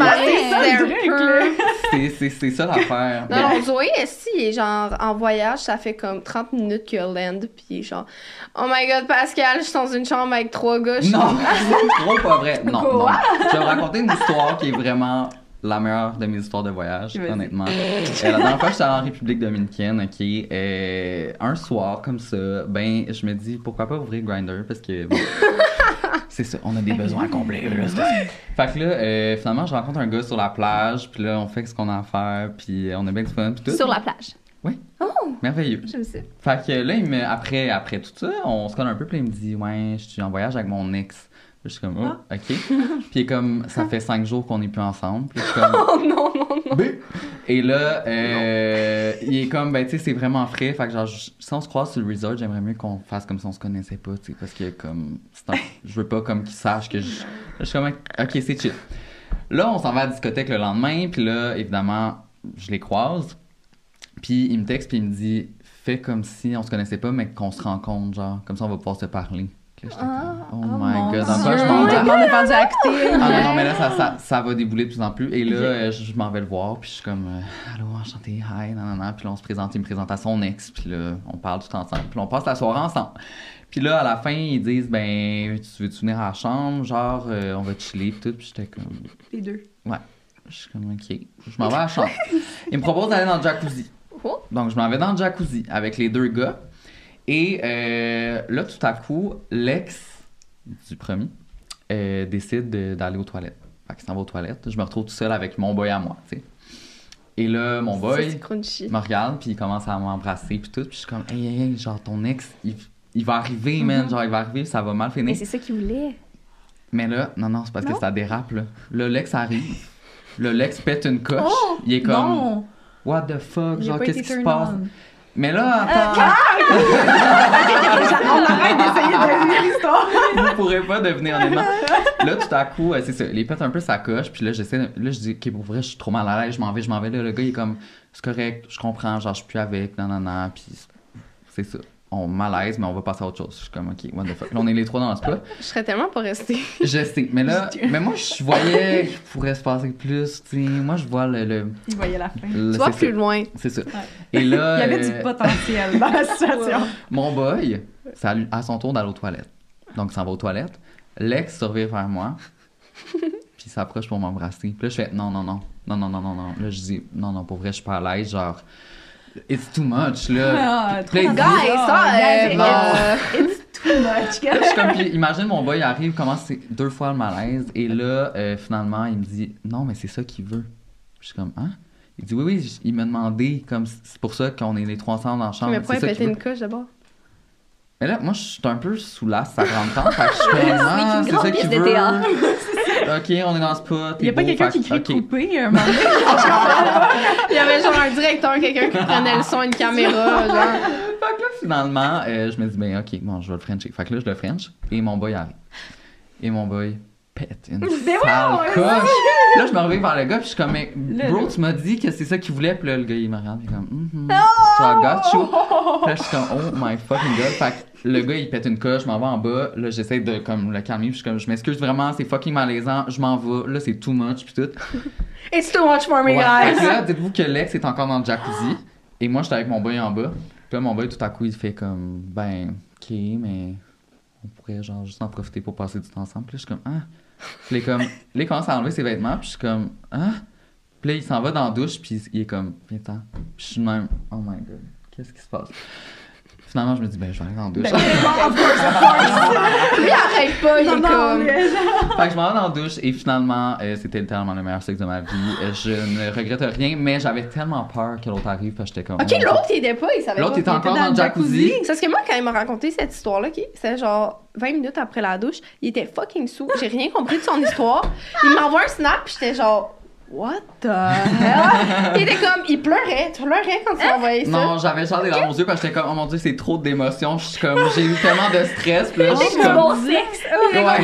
est... c'est ça l'affaire. Non, Zoé, si, il est genre en voyage, ça fait comme 30 minutes qu'il land, puis il est genre, oh my God, Pascal, je suis dans une chambre avec 3 gars. Non, c'est trop pas vrai. Non. Je vais vous raconter une histoire qui est vraiment la meilleure de mes histoires de voyage, honnêtement. La dernière fois, j'étais en République dominicaine, OK, un soir, comme ça, ben, je me dis, pourquoi pas ouvrir Grindr, parce que, bon, c'est ça, on a des besoins à combler, là. Fait que là, finalement, je rencontre un gars sur la plage, puis là, on fait ce qu'on a à faire, puis on a bien du fun, puis tout. Sur la plage. Oui. Oh! Merveilleux. Je sais. Fait que là, après tout ça, on se colle un peu, puis il me dit, ouais, je suis en voyage avec mon ex. Puis je suis comme, oh, OK. Puis il est comme, ça fait 5 jours qu'on n'est plus ensemble. Puis je suis comme, Oh non. Et là, il est comme, ben, tu sais, c'est vraiment frais. Fait que genre, si on se croise sur le resort, j'aimerais mieux qu'on fasse comme si on se connaissait pas, tu sais, parce que comme, je veux pas comme qu'il sache que je suis comme, OK, c'est chill. Là, on s'en va à la discothèque le lendemain, puis là, évidemment, je les croise. Puis il me texte, puis il me dit, fais comme si on se connaissait pas, mais qu'on se rencontre, genre, comme ça on va pouvoir se parler. J'étais comme, oh my God, dans quoi je m'en vais? On est vendu acter. Ah non, mais là, ça va débouler de plus en plus. Et là, je m'en vais le voir, puis je suis comme, allô, enchanté, hi, nanana. Puis là, on se présente, il me présente à son ex, puis là, on parle tout ensemble. Puis là, on passe la soirée ensemble. Puis là, à la fin, ils disent, ben, tu veux-tu venir à la chambre? Genre, on va chiller, puis tout. Puis j'étais comme... Les deux. Ouais. Je suis comme, OK. Je m'en vais à la chambre. Il me propose d'aller dans le jacuzzi. Donc, je m'en vais dans le jacuzzi avec les 2 gars. Et là, tout à coup, l'ex du premier décide d'aller aux toilettes. Fait qu'il s'en va aux toilettes. Je me retrouve tout seul avec mon boy à moi, tu sais. Et là, mon boy me regarde, puis il commence à m'embrasser, puis tout. Puis je suis comme, hey, genre, ton ex, il va arriver, man. Genre, il va arriver, ça va mal finir. Mais c'est ça qu'il voulait. Mais là, non, c'est parce que ça dérape, là. Là, l'ex arrive. Là, l'ex pète une coche. Il est comme... Non. What the fuck? Il Genre, a pas qu'est-ce été qui se turn passe? on. Mais là, attends. On arrête d'essayer de deviner l'histoire. Vous pourrez pas deviner, honnêtement. Là, tout à coup, c'est ça. Il pète un peu sa coche. Puis là, là, je dis, OK, pour vrai, je suis trop mal à l'aise. Je m'en vais. Là, le gars, il est comme, c'est correct, je comprends. Genre, je suis plus avec. Non. Puis c'est ça. On malaise, mais on va passer à autre chose. Je suis comme, OK, what the fuck. Là, on est les 3 dans le spa. Je serais tellement pas restée. Je sais. Mais là, moi, je voyais qu'il pourrait se passer plus. Tu sais, moi, je vois le Il voyait la fin. Tu vois plus loin. C'est ça. Et là, Il y avait du potentiel dans la situation. Mon boy, c'est à son tour d'aller aux toilettes. Donc, il s'en va aux toilettes. L'ex se revient vers moi. Puis il s'approche pour m'embrasser. Puis là, je fais non. Là, je dis non, pour vrai, je suis pas à l'aise. Genre, it's too much, là. Guys, it's too much. Là, je suis comme, puis imagine mon boy arrive, commence 2 fois le malaise. Et là, finalement, il me dit non, mais c'est ça qu'il veut. Je suis comme, hein? Il dit oui, il m'a demandé, comme c'est pour ça qu'on est les 3 ensemble dans la chambre. Mais pourquoi il pétait une coche d'abord? Mais là, moi, je suis un peu sous l'as, ça rentre temps. Fait que je suis comme, ah, c'est ça qu'il veut. OK, on est dans le spot. Il n'y a pas quelqu'un qui crie coupé un moment donné. Il y avait genre un directeur, quelqu'un qui prenait le son, une caméra, genre. Fait que là, finalement, je me dis, ben, OK, bon, je vais le Frencher. Fait que là, je le French, et mon boy arrive. Et mon boy pète une sale coche. Là, je me reviens vers le gars, puis je suis comme, mais bro, tu m'as dit que c'est ça qu'il voulait. Puis là, le gars, il me regarde, il est comme, so I got you. Puis là, je suis comme, oh my fucking god. Fait que le gars, il pète une coche, je m'en vais en bas. Là, j'essaie de comme, le calmer, puis je suis comme, je m'excuse vraiment, c'est fucking malaisant, je m'en vais. Là, c'est too much, puis tout. It's too much for me, Ouais. guys. Fait que là, dites-vous que Lex est encore dans le jacuzzi, et moi, j'étais avec mon boy en bas. Puis là, mon boy, tout à coup, il fait comme, ben, OK, mais on pourrait, genre, juste en profiter pour passer du temps ensemble. Puis là, je suis comme, ah. Puis là, il commence à enlever ses vêtements, puis je suis comme, ah. Puis là, il s'en va dans la douche, puis il est comme, viens-t'en. Puis je suis de même, oh my god, qu'est-ce qui se passe? Finalement, je me dis, ben, je vais aller dans la douche. Lui, arrête pas, il est comme... Fait que je m'en vais dans la douche, et finalement, c'était littéralement le meilleur sexe de ma vie. Je ne regrette rien, mais j'avais tellement peur que l'autre arrive, parce que j'étais comme... Ok, l'autre, il aidait pas, il savait L'autre pas. était encore dans le jacuzzi. C'est parce que moi, quand il m'a raconté cette histoire-là, c'était genre 20 minutes après la douche, il était fucking sous. J'ai rien compris de son histoire. Il m'envoie un snap, pis j'étais genre... What the hell? Il était comme... Il pleurait. Tu pleurais quand tu m'as envoyé ça? Non, j'avais genre des larmes aux yeux parce que j'étais comme, oh mon dieu, c'est trop d'émotions. Je suis comme, j'ai eu tellement de stress. Puis là, je suis comme. Bon sexe. Puis Ouais. là,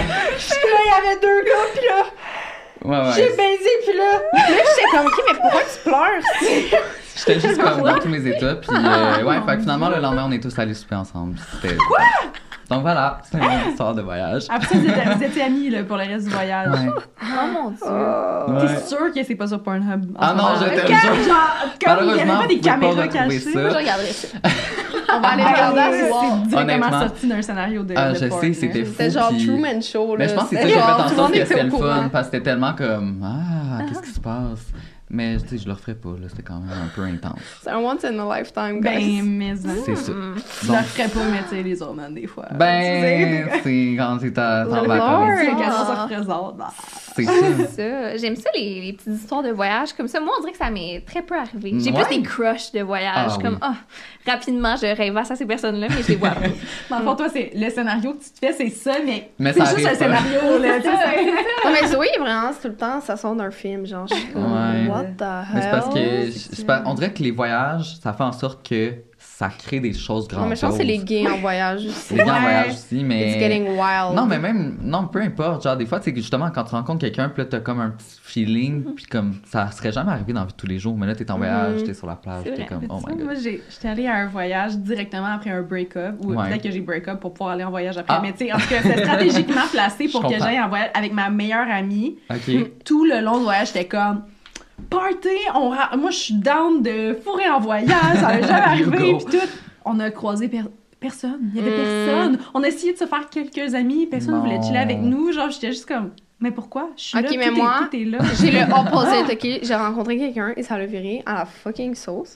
il y avait 2 gars, pis là... Ouais. J'ai baisé, pis là... Là, j'étais comme, OK, mais pourquoi tu pleures? J'étais juste comme dans tous mes états. Puis ouais, fait que finalement, le lendemain, on est tous allés souper ensemble. C'était. Quoi? Donc voilà, c'était une histoire de voyage. Après ça, vous étiez amis là, pour le reste du voyage. Ouais. Oh mon Dieu. T'es sûr que c'est pas sur Pornhub? Ah non, j'étais Comme, sûr. genre, comme il y avait Malheureusement, pas des vous pouvez pas caméras retrouver cachées. ça. Moi, je regarderais ça. On va aller regarder à ce soir. C'est directement Honnêtement. sorti d'un scénario de Ah, de je porn, sais, là. c'était fou. C'était genre puis- Truman Show, là. Mais je pense que c'est ça C'était qui a fait genre, en tout le sorte monde que était c'était au le courant. fun. Parce que c'était tellement comme, qu'est-ce qui se passe? Mais tu sais, je le referais pas, là. C'était quand même un peu intense. C'est un once in a lifetime, Ben, guys. mais hein. C'est ça. Je le ferais pas, mais tu sais, les hormones, des fois. Ben, c'est quand c'est en Lord. vacances. Tu sais, regarde, ça représente. C'est ça. Ça. J'aime ça, les petites histoires de voyage comme ça. Moi, on dirait que ça m'est très peu arrivé. J'ai Ouais. plus des crushs de voyage. Ah, comme, oui. rapidement, je rêvasse à ces personnes-là, mais je les vois pas. Dans le fond, toi, c'est le scénario que tu te fais, c'est ça, mais Mais c'est ça juste un arrive pas. scénario, là. Tu sais, Non, mais Zoé, vraiment, c'est tout le temps, ça sort d'un film. Genre, je suis comme, Ouais. what the hell? Mais c'est parce que on dirait que les voyages, ça fait en sorte que ça crée des choses Non, grandes. mais je pense que c'est les gays en voyage aussi. Les gars en Ouais. voyage aussi, mais. It's getting wild. Non, mais même, non, peu importe. Genre, des fois, c'est que justement, quand tu rencontres quelqu'un, puis là, t'as comme un petit feeling, puis comme, ça serait jamais arrivé dans la vie de tous les jours, mais là, t'es en voyage, t'es sur la plage, C'est t'es vrai. comme, Mais oh tu my sais, moi, god. j'étais allée à un voyage directement après un break-up, ou Ouais. peut-être que j'ai break-up pour pouvoir aller en voyage après. Ah. Mais tu sais, en tout cas, c'était stratégiquement placé pour Je que comprends. j'aille en voyage avec ma meilleure amie. Ok. Tout le long du voyage, j'étais comme party, moi je suis down de fourrer en voyage, ça va jamais You arrivé, go. puis tout. On a croisé personne, il y avait personne. On a essayé de se faire quelques amis, personne ne voulait Non. chiller avec nous, genre j'étais juste comme mais pourquoi? Je suis Ok, là, mais tout moi, tout est là. J'ai le opposite, OK? J'ai rencontré quelqu'un et ça l'a viré à la fucking sauce.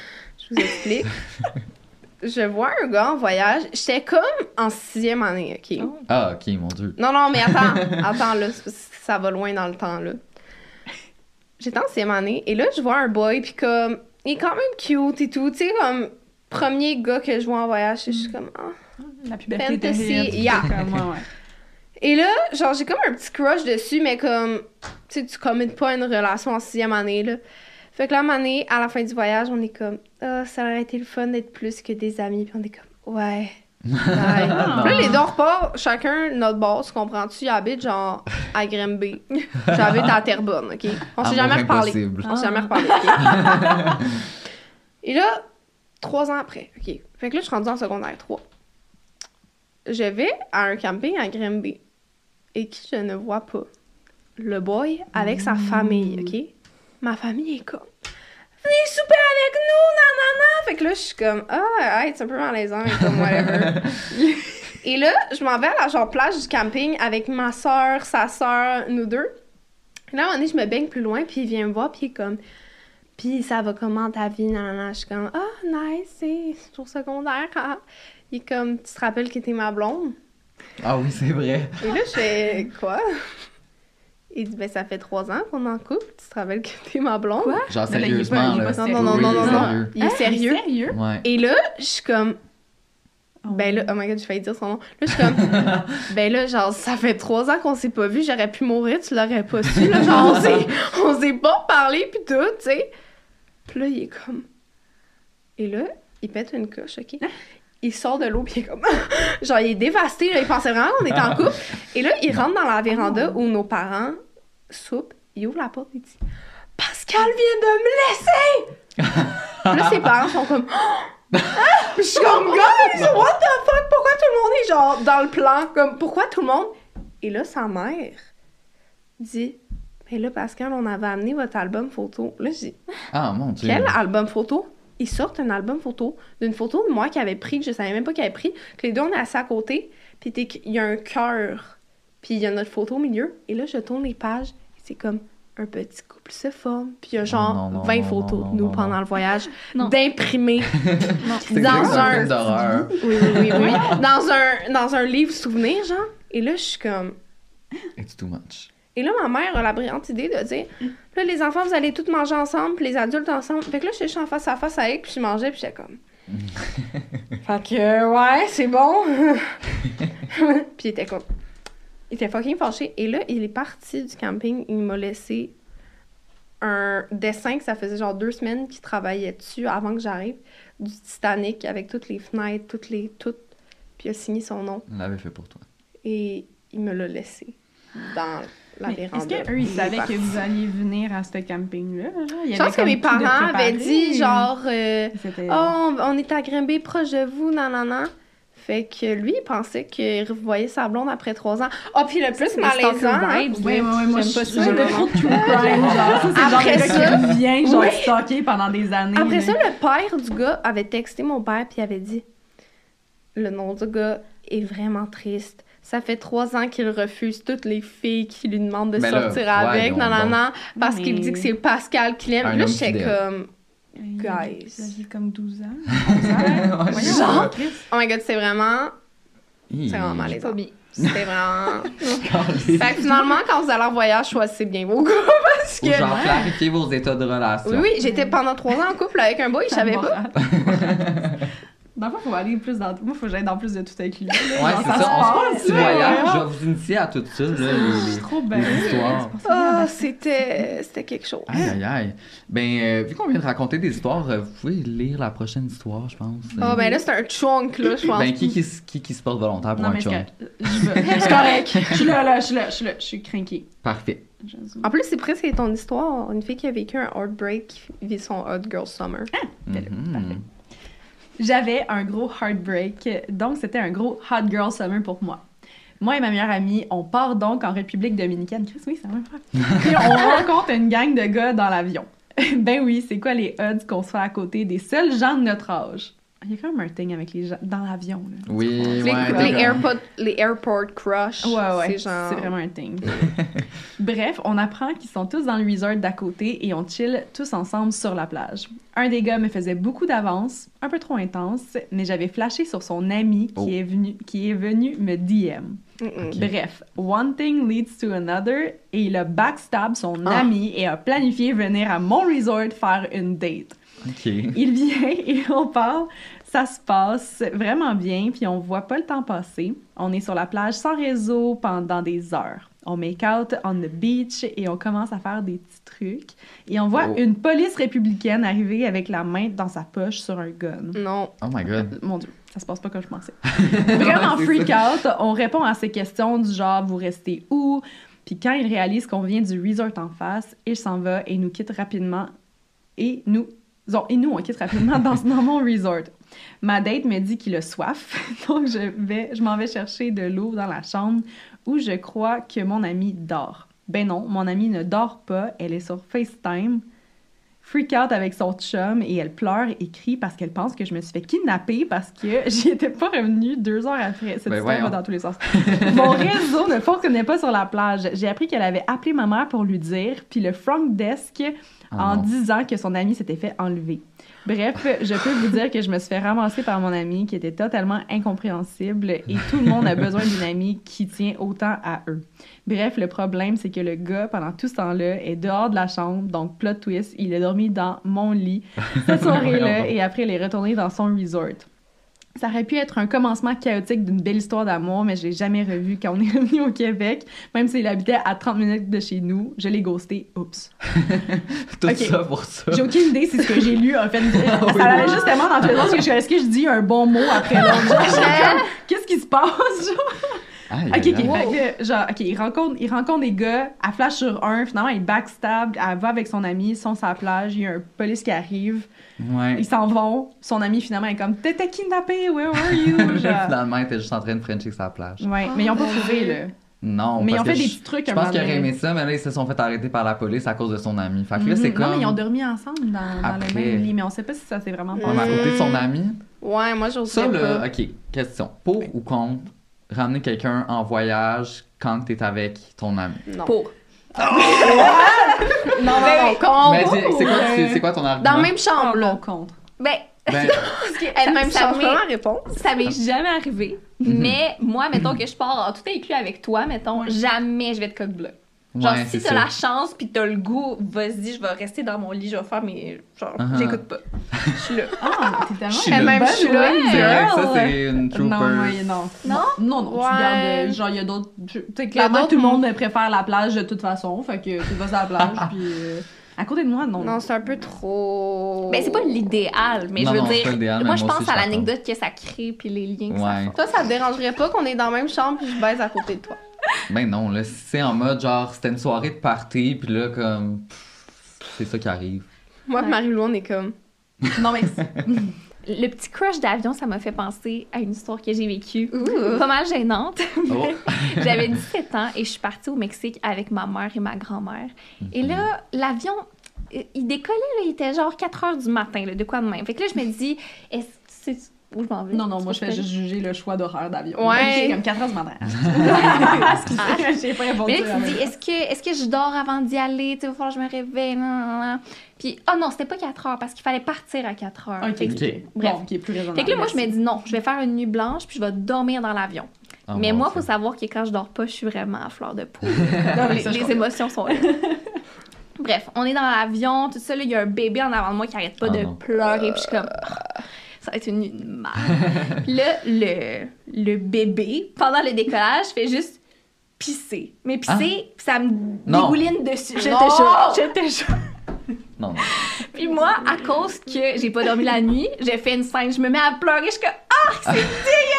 Je vous explique. Je vois un gars en voyage. J'étais comme en 6e année, OK? Ah, ok, mon dieu. Non, mais attends, là, ça va loin dans le temps, là. J'étais en 6e année et là, je vois un boy, puis comme, il est quand même cute et tout, tu sais, comme, premier gars que je vois en voyage, je suis comme, ah. La puberté était Fantasy, hit, yeah. comme, ouais. Et là, genre, j'ai comme un petit crush dessus, mais comme, tu sais, tu commettes pas une relation en 6e année, là. Fait que là, à année, à la fin du voyage, on est comme, ça aurait été le fun d'être plus que des amis. Puis on est comme, ouais. Puis là, les deux repas, chacun notre bord, tu comprends-tu? Ils habitent genre à Grimby. J'habite à Terrebonne, OK? On s'est jamais Amour reparlé. impossible. On s'est jamais reparlé, OK? Et là, 3 ans après, OK? Fait que là, je suis rendue en secondaire 3. Je vais à un camping à Grimby. Et qui je ne vois pas? Le boy avec sa famille, OK? Ma famille est comme, venez souper avec nous, nanana! Fait que là, je suis comme, hey, c'est un peu malaisant, mais comme, whatever. Et là, je m'en vais à la genre plage du camping avec ma soeur, sa soeur, nous deux. Et là, à un moment donné, je me baigne plus loin, puis il vient me voir, puis il est comme, puis ça va comment ta vie, nanana? Je suis comme, nice, c'est toujours secondaire. Ah. Il est comme, tu te rappelles que t'es ma blonde? Ah oui, c'est vrai. Et là, je fais, quoi? Il dit, ben, ça fait 3 ans qu'on est en couple. Tu te rappelles que t'es ma blonde? Quoi? Genre, Mais là, il est pas- sérieusement, il est là. pas Non, sérieux. sérieux. Il est sérieux. Sérieux? Ouais. Et là, je suis comme, ben là, oh my god, j'ai failli dire son nom. Là, je suis comme, ben là, genre, ça fait 3 ans qu'on s'est pas vu, j'aurais pu mourir, tu l'aurais pas su, là. Genre, on s'est pas parlé, pis tout, tu sais. Puis là, il est comme. Et là, il pète une coche, OK? il sort de l'eau, puis il est comme... genre, il est dévasté, là, il pensait vraiment qu'on était en couple. Et là, il rentre dans la véranda où nos parents soupent, il ouvre la porte et il dit « Pascal vient de me laisser! » Là, ses parents sont comme... Je suis comme, guys, what the fuck? Pourquoi tout le monde est genre dans le plan? Comme, pourquoi tout le monde? Et là, sa mère dit, mais là, Pascal, on avait amené votre album photo. Là, je dis, Ah, mon Dieu. quel album photo? Ils sortent un album photo d'une photo de moi qui avait pris, que je savais même pas qu'il avait pris, que les deux, on est assis à côté, puis il y a un cœur, puis il y a notre photo au milieu. Et là, je tourne les pages, et c'est comme un petit couple se forme, puis il y a genre 20 photos de nous pendant le voyage, d'imprimés dans un... d'horreur. Oui. Dans un livre souvenir, genre. Et là, je suis comme... It's too much. Et là, ma mère a la brillante idée de dire, là, les enfants, vous allez tous manger ensemble, puis les adultes ensemble. Fait que là, je suis en face à face avec, puis je mangeais, puis j'étais comme... Fait que, ouais, c'est bon. Puis il était comme... Il était fucking fâché. Et là, il est parti du camping. Il m'a laissé un dessin que ça faisait genre 2 semaines qu'il travaillait dessus avant que j'arrive. Du Titanic avec toutes les fenêtres, toutes. Puis il a signé son nom. On l'avait fait pour toi. Et il me l'a laissé dans la véranda. Est-ce qu'eux, ils savaient que vous alliez venir à ce camping-là? Je pense que mes parents avaient dit genre on est à Grimby proche de vous, nanana. Fait que lui, il pensait qu'il revoyait sa blonde après 3 ans. Ah, puis le plus malaisant... Oui, moi, j'aime pas ça. J'aime pas true crime, genre. Ça, c'est Après genre le gars qui vient, genre, stalker pendant des années. Après ça, le père du gars avait texté mon père, puis il avait dit « Le nom du gars est vraiment triste. Ça fait 3 ans qu'il refuse toutes les filles qui lui demandent de sortir avec, nanana, parce qu'il dit que c'est Pascal qui l'aime. » Là, j'étais comme... Guys. Vous aviez comme 12 ans. 11 ans. Genre, oh my god, c'est vraiment malaisant. C'était vraiment... Fait que finalement, quand vous allez en voyage, choisissez bien vos gars, parce que... Ou genre, clarifiez vos états de relation. Oui, j'étais pendant 3 ans en couple avec un boy, je savais pas. Dans le fond, faut aller plus dans... Moi, faut que j'aille dans plus de tout avec lui. Ouais, c'est ça. On se fait un petit voyage. Je vais vous initier à tout ça, là. C'est trop belle. Histoires. Ah, c'était quelque chose. Aïe. Ben, vu qu'on vient de raconter des histoires, vous pouvez lire la prochaine histoire, je pense. Ah, ben là, c'est un chunk, là, je pense. Ben, qui se porte volontaire pour un chunk? C'est correct. Je suis là. Je suis craquée. Parfait. En plus, c'est presque ton histoire. Une fille qui a vécu un heartbreak qui vit son hot girl summer. Parfait. J'avais un gros heartbreak, donc c'était un gros hot girl summer pour moi. Moi et ma meilleure amie, on part donc en République dominicaine. Chris, oui, c'est la même fois. Puis on rencontre une gang de gars dans l'avion. Ben oui, c'est quoi les odds qu'on soit à côté des seuls gens de notre âge? Il y a quand même un thing avec les gens dans l'avion. Là. Oui, les airport crush. Ouais. C'est vraiment un thing. Bref, on apprend qu'ils sont tous dans le resort d'à côté et on chill tous ensemble sur la plage. Un des gars me faisait beaucoup d'avance, un peu trop intense, mais j'avais flashé sur son ami qui est venu me DM. Okay. Bref, one thing leads to another et il a backstab son ami et a planifié venir à mon resort faire une date. Okay. Il vient et on parle, ça se passe vraiment bien, puis on voit pas le temps passer. On est sur la plage sans réseau pendant des heures. On make out on the beach et on commence à faire des petits trucs. Et on voit une police républicaine arriver avec la main dans sa poche sur un gun. Non. Oh my God. Mon Dieu, ça se passe pas comme je pensais. Vraiment freak out. On répond à ces questions du genre, vous restez où? Puis quand il réalise qu'on vient du resort en face, il s'en va et nous quitte rapidement. Et nous, on quitte rapidement dans mon resort. Ma date me dit qu'il a soif, donc je m'en vais chercher de l'eau dans la chambre où je crois que mon amie dort. Ben non, mon amie ne dort pas, elle est sur FaceTime, freak out avec son chum et elle pleure et crie parce qu'elle pense que je me suis fait kidnapper parce que j'y étais pas revenue 2 heures après. Cette histoire va dans tous les sens. Mon réseau ne fonctionnait pas sur la plage. J'ai appris qu'elle avait appelé ma mère pour lui dire, puis le front desk en disant que son ami s'était fait enlever. Bref, je peux vous dire que je me suis fait ramasser par mon ami qui était totalement incompréhensible et tout le monde a besoin d'une amie qui tient autant à eux. Bref, le problème, c'est que le gars, pendant tout ce temps-là, est dehors de la chambre, donc plot twist, il a dormi dans mon lit cette soirée-là et après, il est retourné dans son resort. Ça aurait pu être un commencement chaotique d'une belle histoire d'amour, mais je l'ai jamais revu quand on est revenu au Québec. Même s'il habitait à 30 minutes de chez nous, je l'ai ghosté. Oups. Tout Ok. ça pour ça. J'ai aucune idée si ce que j'ai lu a fait... Ça allait justement dans tous les sens que est-ce que je dis un bon mot après l'autre? Genre, qu'est-ce qui se passe? Aïe, Ok, aïe, aïe. fait que, genre, ok, il rencontre des gars, elle flash sur un, finalement, il backstab, elle va avec son ami, ils sont sur la plage, il y a un police qui arrive, Ouais. ils s'en vont, son ami, finalement, est comme « T'étais kidnappé, where were you? » Genre. Finalement, il était juste en train de frencher sa plage. Ouais, mais ils ont pas trouvé, là. Non, Mais ils parce ont fait que des je- petits trucs Je un pense moment qu'ils auraient donné. aimé ça, mais là, ils se sont fait arrêter par la police à cause de son ami. Fait que là, c'est comme... Non, mais ils ont dormi ensemble dans le Après. même lit, mais on sait pas si ça s'est vraiment Ouais, mais à passé. côté de son ami. Ouais, moi, Ça, j'oserais là, pas. OK, question. Pour ou contre ramener quelqu'un en voyage quand t'es avec ton ami? Non. Pour. Non, contre. Mais c'est quoi ton argument? Dans la même chambre, Oh, là. non, contre. Ben, Ben, Elle-même ça change m'est- pas ma réponse. ça m'est jamais arrivé. Mais moi, mettons que je pars en tout inclus avec toi, mettons, jamais je vais te coq-bloc. Genre, ouais, si c'est t'as ça. la chance pis t'as le goût, vas-y, je vais rester dans mon lit, je vais faire mes... Genre, Uh-huh. j'écoute pas. Je suis là. Ah, t'es tellement Je suis une là. bonne Je suis là. wing C'est vrai que girl. ça, c'est une trooper. Non, ouais, non. Non? Non, tu Ouais. gardes... Genre, il y a d'autres... Tu sais, clairement, d'autres tout le monde préfère la plage de toute façon. Fait que tu vas sur la plage, puis... à côté de moi, non. Non, c'est un peu trop. Ben, c'est pas l'idéal, mais Non, je veux non, c'est dire, pas l'idéal, moi, mais je moi pense aussi, à je l'anecdote que ça crée puis les liens que ça Ouais. fait. Toi, ça te dérangerait pas qu'on est dans la même chambre puis je baise à côté de toi? Ben non, là, c'est en mode genre, c'était une soirée de party, puis là, comme. C'est ça qui arrive. Moi et Marie-Lou, on est comme. Non, mais... Le petit crush d'avion, ça m'a fait penser à une histoire que j'ai vécue, pas mal gênante. Oh. J'avais 17 ans et je suis partie au Mexique avec ma mère et ma grand-mère. Et là, l'avion, il décollait, là, il était genre 4 heures du matin, là, de quoi de même. Fait que là, je me dis, est-ce que c'est où je m'en vais? Non, moi, je fais juste juger le choix d'horaire d'avion. Ouais. Ok, comme 4 heures du matin. J'ai pas répondu. Mais là, tu te dis, est-ce que je dors avant d'y aller? Tu sais, il va falloir que je me réveille. Non. Puis, oh non, c'était pas 4 heures parce qu'il fallait partir à 4 heures. Ok, Fait que- ok. Bref. Bon, qui est plus raisonnable. Fait que là, moi, je me dis non, je vais faire une nuit blanche puis je vais dormir dans l'avion. Oh, Mais mon moi, Dieu. faut savoir que quand je dors pas, je suis vraiment à fleur de peau. Non, mais les ça, je les comprends. émotions sont là. Bref, on est dans l'avion, tout ça, là, il y a un bébé en avant de moi qui arrête pas Ah de non. pleurer, puis je suis comme... Ah, ça va être une nuit de mal. Puis là, le bébé, pendant le décollage, fait juste pisser. Mais pisser, puis ça me Non. dégouline dessus. Je Non. te jure. Non, non. Puis moi, à cause que j'ai pas dormi la nuit, j'ai fait une scène, je me mets à pleurer, je suis comme « Ah, c'est dégueulasse! »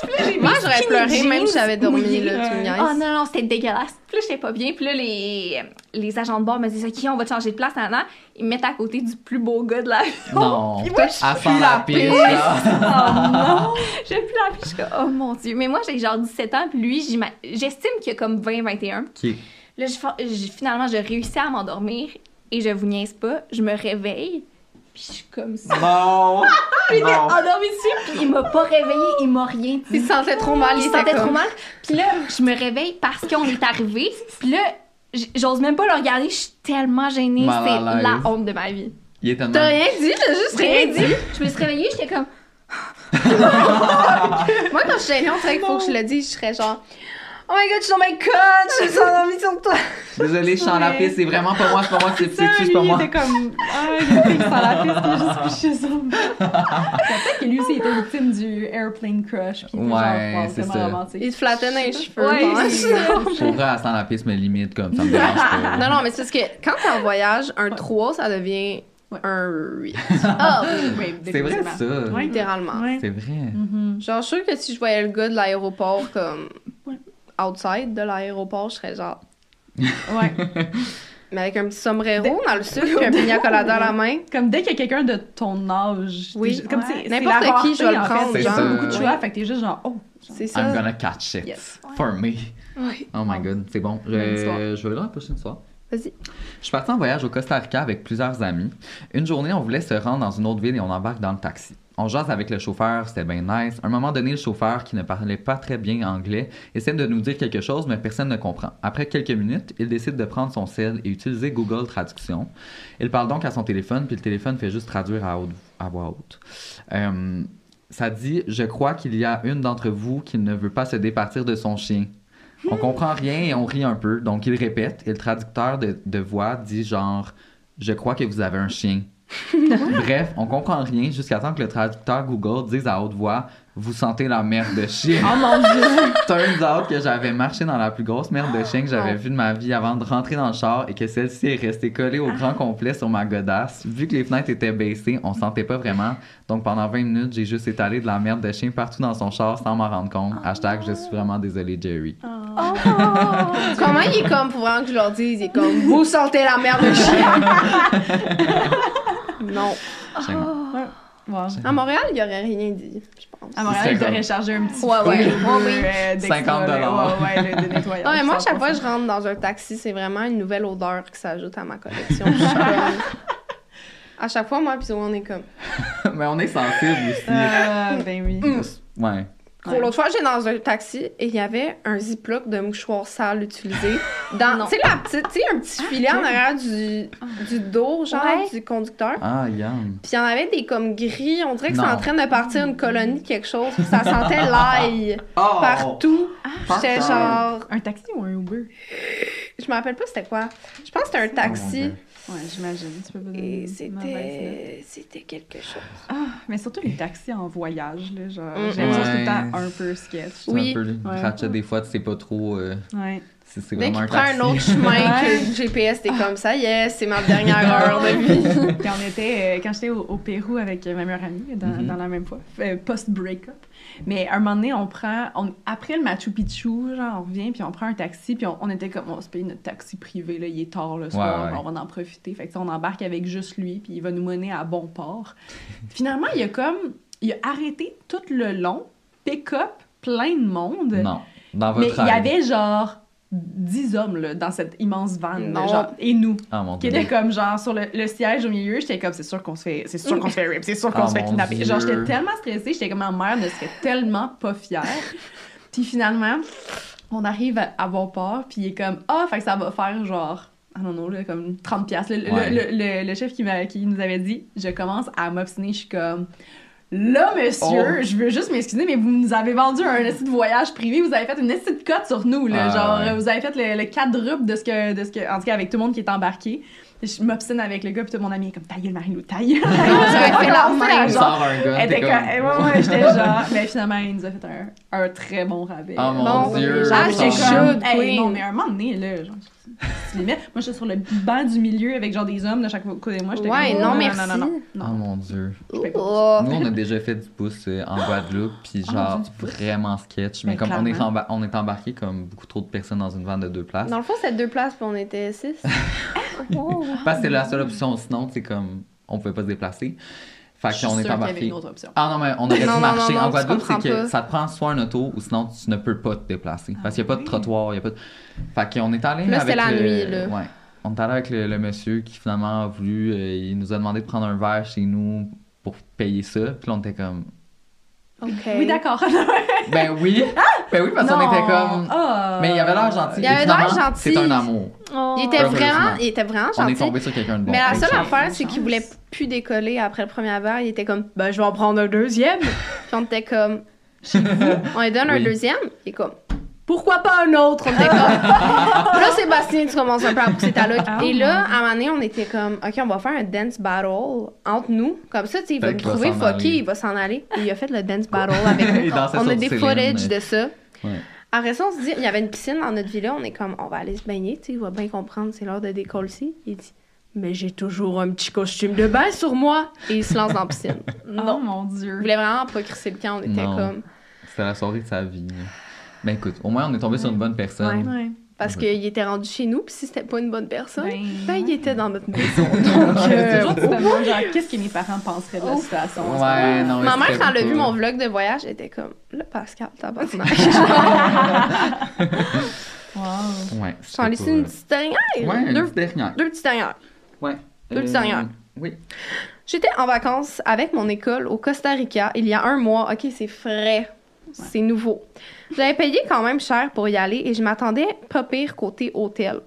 Puis là, j'ai Moi, mes j'aurais skinny pleuré jeans même si j'avais dormi, mouillés. là, tu me niaises. Oh non, c'était dégueulasse. Puis là, j'étais pas bien. Puis là, les agents de bord me disent « OK, on va te changer de place, Anna. » Ils me mettent à côté du plus beau gars de l'avion. Non. Puis moi, je À pue faire la piste, là. Oh non! Je plus la piste. Je suis comme « Oh mon Dieu! » Mais moi, j'ai genre 17 ans, puis lui, j'estime qu'il a comme 20-21. Ok. Là, finalement, j'ai réussi à m'endormir et je vous niaise pas, je me réveille, puis je suis comme ça. Non! Il était Non. endormi dessus, puis il m'a pas réveillé, il m'a rien dit. Il se sentait trop mal, Il se était sentait comme- trop mal. Puis là, je me réveille parce qu'on est arrivé, puis là, j'ose même pas le regarder, je suis tellement gênée, Mal à c'est l'aise. la honte de ma vie. Il est tellement. T'as rien dit, t'as juste rien dit. Je me suis réveillée, j'étais comme... Moi, quand je suis gênée, on dirait qu'il faut que je le dise, je serais genre. Oh my god, je suis dans ma conne, je suis endormie sur toi. Désolé, je suis en la piste, c'est vraiment pas moi, c'est pas moi, c'est Ça, c'est lui, pas moi. il était comme... Ah, il y a une fille sur la piste, il est juste couché sur moi. Peut-être que lui aussi était victime du airplane crush. Puis il était Ouais, genre, wow, c'est tellement ça. romantique. Il te flattait dans les cheveux. Ouais, je pense. c'est ça. Pour vrai, elle sent la piste, mais limite, comme ça me dérange pas. Non, non, mais c'est parce que quand t'es en voyage, un 3, ça devient Ouais. un 8. Ah, Oui, C'est vrai, ça. Ouais. Littéralement. Ouais. C'est vrai. Genre, je suis sûre que si je voyais le gars de l'aéroport comme outside de l'aéroport, je serais genre. Ouais. Mais avec un petit sombrero dans le sud, puis un pina colada à la main. Comme dès qu'il y a quelqu'un de ton âge, Oui, t'es- comme ouais. c'est N'importe la qui, rareté, je vais le en fait. prendre, Il y a pas genre. beaucoup de choix, fait que t'es juste genre, oh. C'est ça. I'm gonna catch it. Yes. For me. Ouais. Oh my god, c'est bon. Bonne histoire. Je vais là la prochaine soir. Vas-y. Je suis parti en voyage au Costa Rica avec plusieurs amis. Une journée, on voulait se rendre dans une autre ville et on embarque dans le taxi. On jase avec le chauffeur, c'était bien nice. À un moment donné, le chauffeur, qui ne parlait pas très bien anglais, essaie de nous dire quelque chose, mais personne ne comprend. Après quelques minutes, il décide de prendre son cell et utiliser Google Traduction. Il parle donc à son téléphone, puis le téléphone fait juste traduire à voix haute. Ça dit « Je crois qu'il y a une d'entre vous qui ne veut pas se départir de son chien. » On comprend rien et on rit un peu, donc il répète, et le traducteur de voix dit genre « Je crois que vous avez un chien. » Bref, on comprend rien jusqu'à temps que le traducteur Google dise à haute voix « vous sentez la merde de chien. Oh mon Dieu! Turns out que j'avais marché dans la plus grosse merde de chien que j'avais vue de ma vie avant de rentrer dans le char et que celle-ci est restée collée au grand complet sur ma godasse. Vu que les fenêtres étaient baissées, on sentait pas vraiment. Donc pendant 20 minutes, j'ai juste étalé de la merde de chien partout dans son char sans m'en rendre compte. Hashtag je suis vraiment désolé, Jerry. Comment il est comme, pour vraiment que je leur dise, il est comme, vous sentez la merde de chien. Non. Wow. À Montréal, il aurait rien dit, je pense. À Montréal, ils auraient chargé un petit oui. 50 $. De nettoyage. Non, mais moi, chaque fois que je rentre dans un taxi, c'est vraiment une nouvelle odeur qui s'ajoute à ma collection. Je suis comme... À chaque fois, moi, puis on est comme... Mais on est sensible aussi. Ben oui. Ouais. Gros, l'autre fois, j'étais dans un taxi et il y avait un ziploc de mouchoirs sales utilisé dans, tu sais, la petite, tu sais, un petit filet en arrière du dos, genre, du conducteur. Ah, yum. Puis il y en avait des comme gris, on dirait que c'est en train de partir une colonie de quelque chose, puis ça sentait l'ail partout. J'étais genre... Un taxi ou un Uber? Je me rappelle pas c'était quoi. Je pense que c'était un taxi. Ouais, j'imagine. Tu peux pas Et c'était quelque chose. Ah, mais surtout les taxis en voyage, là, genre, j'aime ça tout le temps un peu sketch. Oui. Un peu ratchet, des fois, tu sais pas trop... Ouais. C'est Dès vraiment qu'il un prend taxi. un autre chemin que le GPS, t'es comme ça, yes, c'est ma dernière heure de vie. Puis on était, quand j'étais au Pérou avec ma meilleure amie, dans la même fois, post-break-up. Mais un moment donné, après le Machu Picchu, genre, on revient, puis on prend un taxi, puis on était comme, on va se payer notre taxi privé, là, il est tard le soir, on va en profiter. Fait que on embarque avec juste lui, puis il va nous mener à bon port. Finalement, il a arrêté tout le long, pick-up, plein de monde. Non, dans votre Mais il y avait genre 10 hommes là, dans cette immense van, là, genre, et nous, qui étaient comme genre sur le siège au milieu. J'étais comme, c'est sûr qu'on se fait rip, c'est sûr qu'on se fait kidnapper. Dieu. Genre, j'étais tellement stressée, j'étais comme, ma mère ne serait tellement pas fière. Puis finalement, on arrive à Beauport, puis il est comme, fait que ça va faire genre, I don't know, là, comme 30$. Le chef qui nous avait dit, je commence à m'obstiner, je suis comme... Là, monsieur, je veux juste m'excuser, mais vous nous avez vendu un essai de voyage privé, vous avez fait une essai de cote sur nous, là, vous avez fait le quadruple de ce que, en tout cas, avec tout le monde qui est embarqué. Je m'obstine avec le gars, puis tout mon ami est comme, ta gueule, Marie-Lou, ta gueule. fait la même, sort un gun, t'es comme... j'étais genre... Mais finalement, il nous a fait un très bon rabais. Oh mon Dieu! J'étais chaude, non, mais un moment donné, là, genre... Moi, j'étais sur le banc du milieu avec genre des hommes de chaque côté de moi. J'étais comme, non, merci. Non. Oh mon Dieu. Oh. Nous, on a déjà fait du pouce en Guadeloupe, puis genre vraiment sketch. Mais comme on est embarqué comme beaucoup trop de personnes dans une van de 2 places. Dans le fond, c'était 2 places, puis on était 6. Parce que c'est la seule option, sinon, c'est comme on pouvait pas se déplacer. Fait qu'on est embarqué. Ah non, mais on aurait dû marcher. En Guadeloupe, c'est que ça te prend soit un auto ou sinon tu ne peux pas te déplacer. Parce qu'il n'y a pas de trottoir, il y a pas de... Fait qu'on est allé là, avec... Là, c'était la nuit, là. Ouais. On est allé avec le monsieur qui finalement a voulu... il nous a demandé de prendre un verre chez nous pour payer ça. Puis là, on était comme... OK. Oui, d'accord. Ben oui. Ben oui, parce qu'on était comme... Mais il avait l'air gentil. Il avait l'air gentil. C'est un amour. Il était vraiment gentil. On est tombé sur quelqu'un de bon. Mais la seule affaire, c'est qu'il voulait plus décoller après le premier verre. Il était comme, je vais en prendre un deuxième. Puis on était comme, chez vous, on lui donne un deuxième. Il est comme, pourquoi pas un autre? On était comme... Là, Sébastien, tu commences un peu à pousser ta look. Et là, à un moment donné, on était comme, OK, on va faire un dance battle entre nous. Comme ça, tu sais, il va nous trouver fucky, il va s'en aller. Et il a fait le dance battle avec nous. On a des footage de ça. Ouais. Après ça, on se dit, il y avait une piscine dans notre villa. On est comme, on va aller se baigner, tu sais, il va bien comprendre, c'est l'heure de décoller. Il dit, mais j'ai toujours un petit costume de bain sur moi. Et il se lance dans la piscine. Non, mon Dieu. Il voulait vraiment pas crisser le camp. On était comme... C'était la soirée de sa vie. Ben écoute, au moins on est tombé sur une bonne personne. Ouais. Parce qu'il était rendu chez nous, puis si c'était pas une bonne personne, il était dans notre maison. Donc, toujours, tu te demandes, genre, qu'est-ce que mes parents penseraient de la situation? Ouais, non, ma mère, quand elle a vu mon vlog de voyage, elle était comme, là, Pascal, tabarnak. Wow. Ouais. Je suis en laissé une petite dernière. Ouais, une petite dernière. 2 petites dernières. Ouais. 2 petites dernières. Oui. J'étais en vacances avec mon école au Costa Rica il y a 1 mois. OK, c'est frais. C'est nouveau. J'avais payé quand même cher pour y aller et je m'attendais pas pire côté hôtel.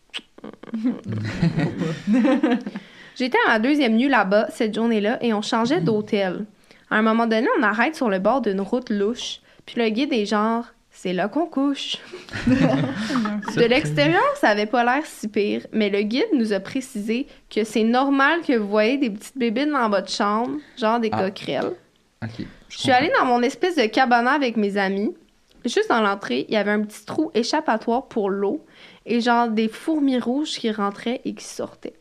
J'étais à ma 2e nuit là-bas cette journée-là et on changeait d'hôtel. À un moment donné, on arrête sur le bord d'une route louche. Puis le guide est genre, c'est là qu'on couche. De l'extérieur, ça avait pas l'air si pire, mais le guide nous a précisé que c'est normal que vous voyez des petites bébines dans votre chambre, genre des coquerelles. OK. Je suis allée dans mon espèce de cabana avec mes amis. Juste dans l'entrée, il y avait un petit trou échappatoire pour l'eau et genre des fourmis rouges qui rentraient et qui sortaient.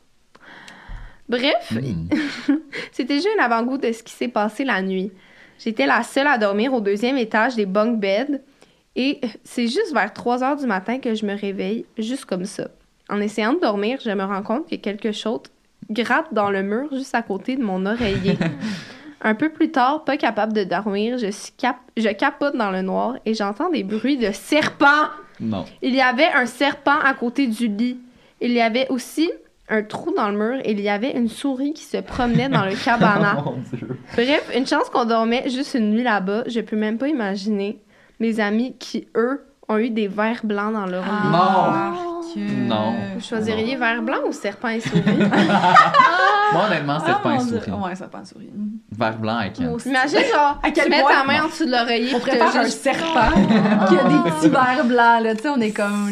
Bref, c'était juste un avant-goût de ce qui s'est passé la nuit. J'étais la seule à dormir au 2e étage des bunk beds et c'est juste vers 3 heures du matin que je me réveille, juste comme ça. En essayant de dormir, je me rends compte que quelque chose gratte dans le mur juste à côté de mon oreiller. Un peu plus tard, pas capable de dormir, je capote dans le noir et j'entends des bruits de serpents. Non. Il y avait un serpent à côté du lit. Il y avait aussi un trou dans le mur et il y avait une souris qui se promenait dans le cabana. Oh mon Dieu. Bref, une chance qu'on dormait juste une nuit là-bas. Je peux même pas imaginer mes amis qui, eux, ont eu des vers blancs dans leur lit. Non. Vous choisiriez vers blanc ou serpent et souris? Moi, honnêtement, serpent et souris. Ouais, serpent et souris. Vert blanc avec un... Imagine, genre, À quel tu mets point? ta main en dessous de l'oreiller. On puis préfère t'as un juste- serpent qui a des petits verres blancs, là. Tu sais, on est comme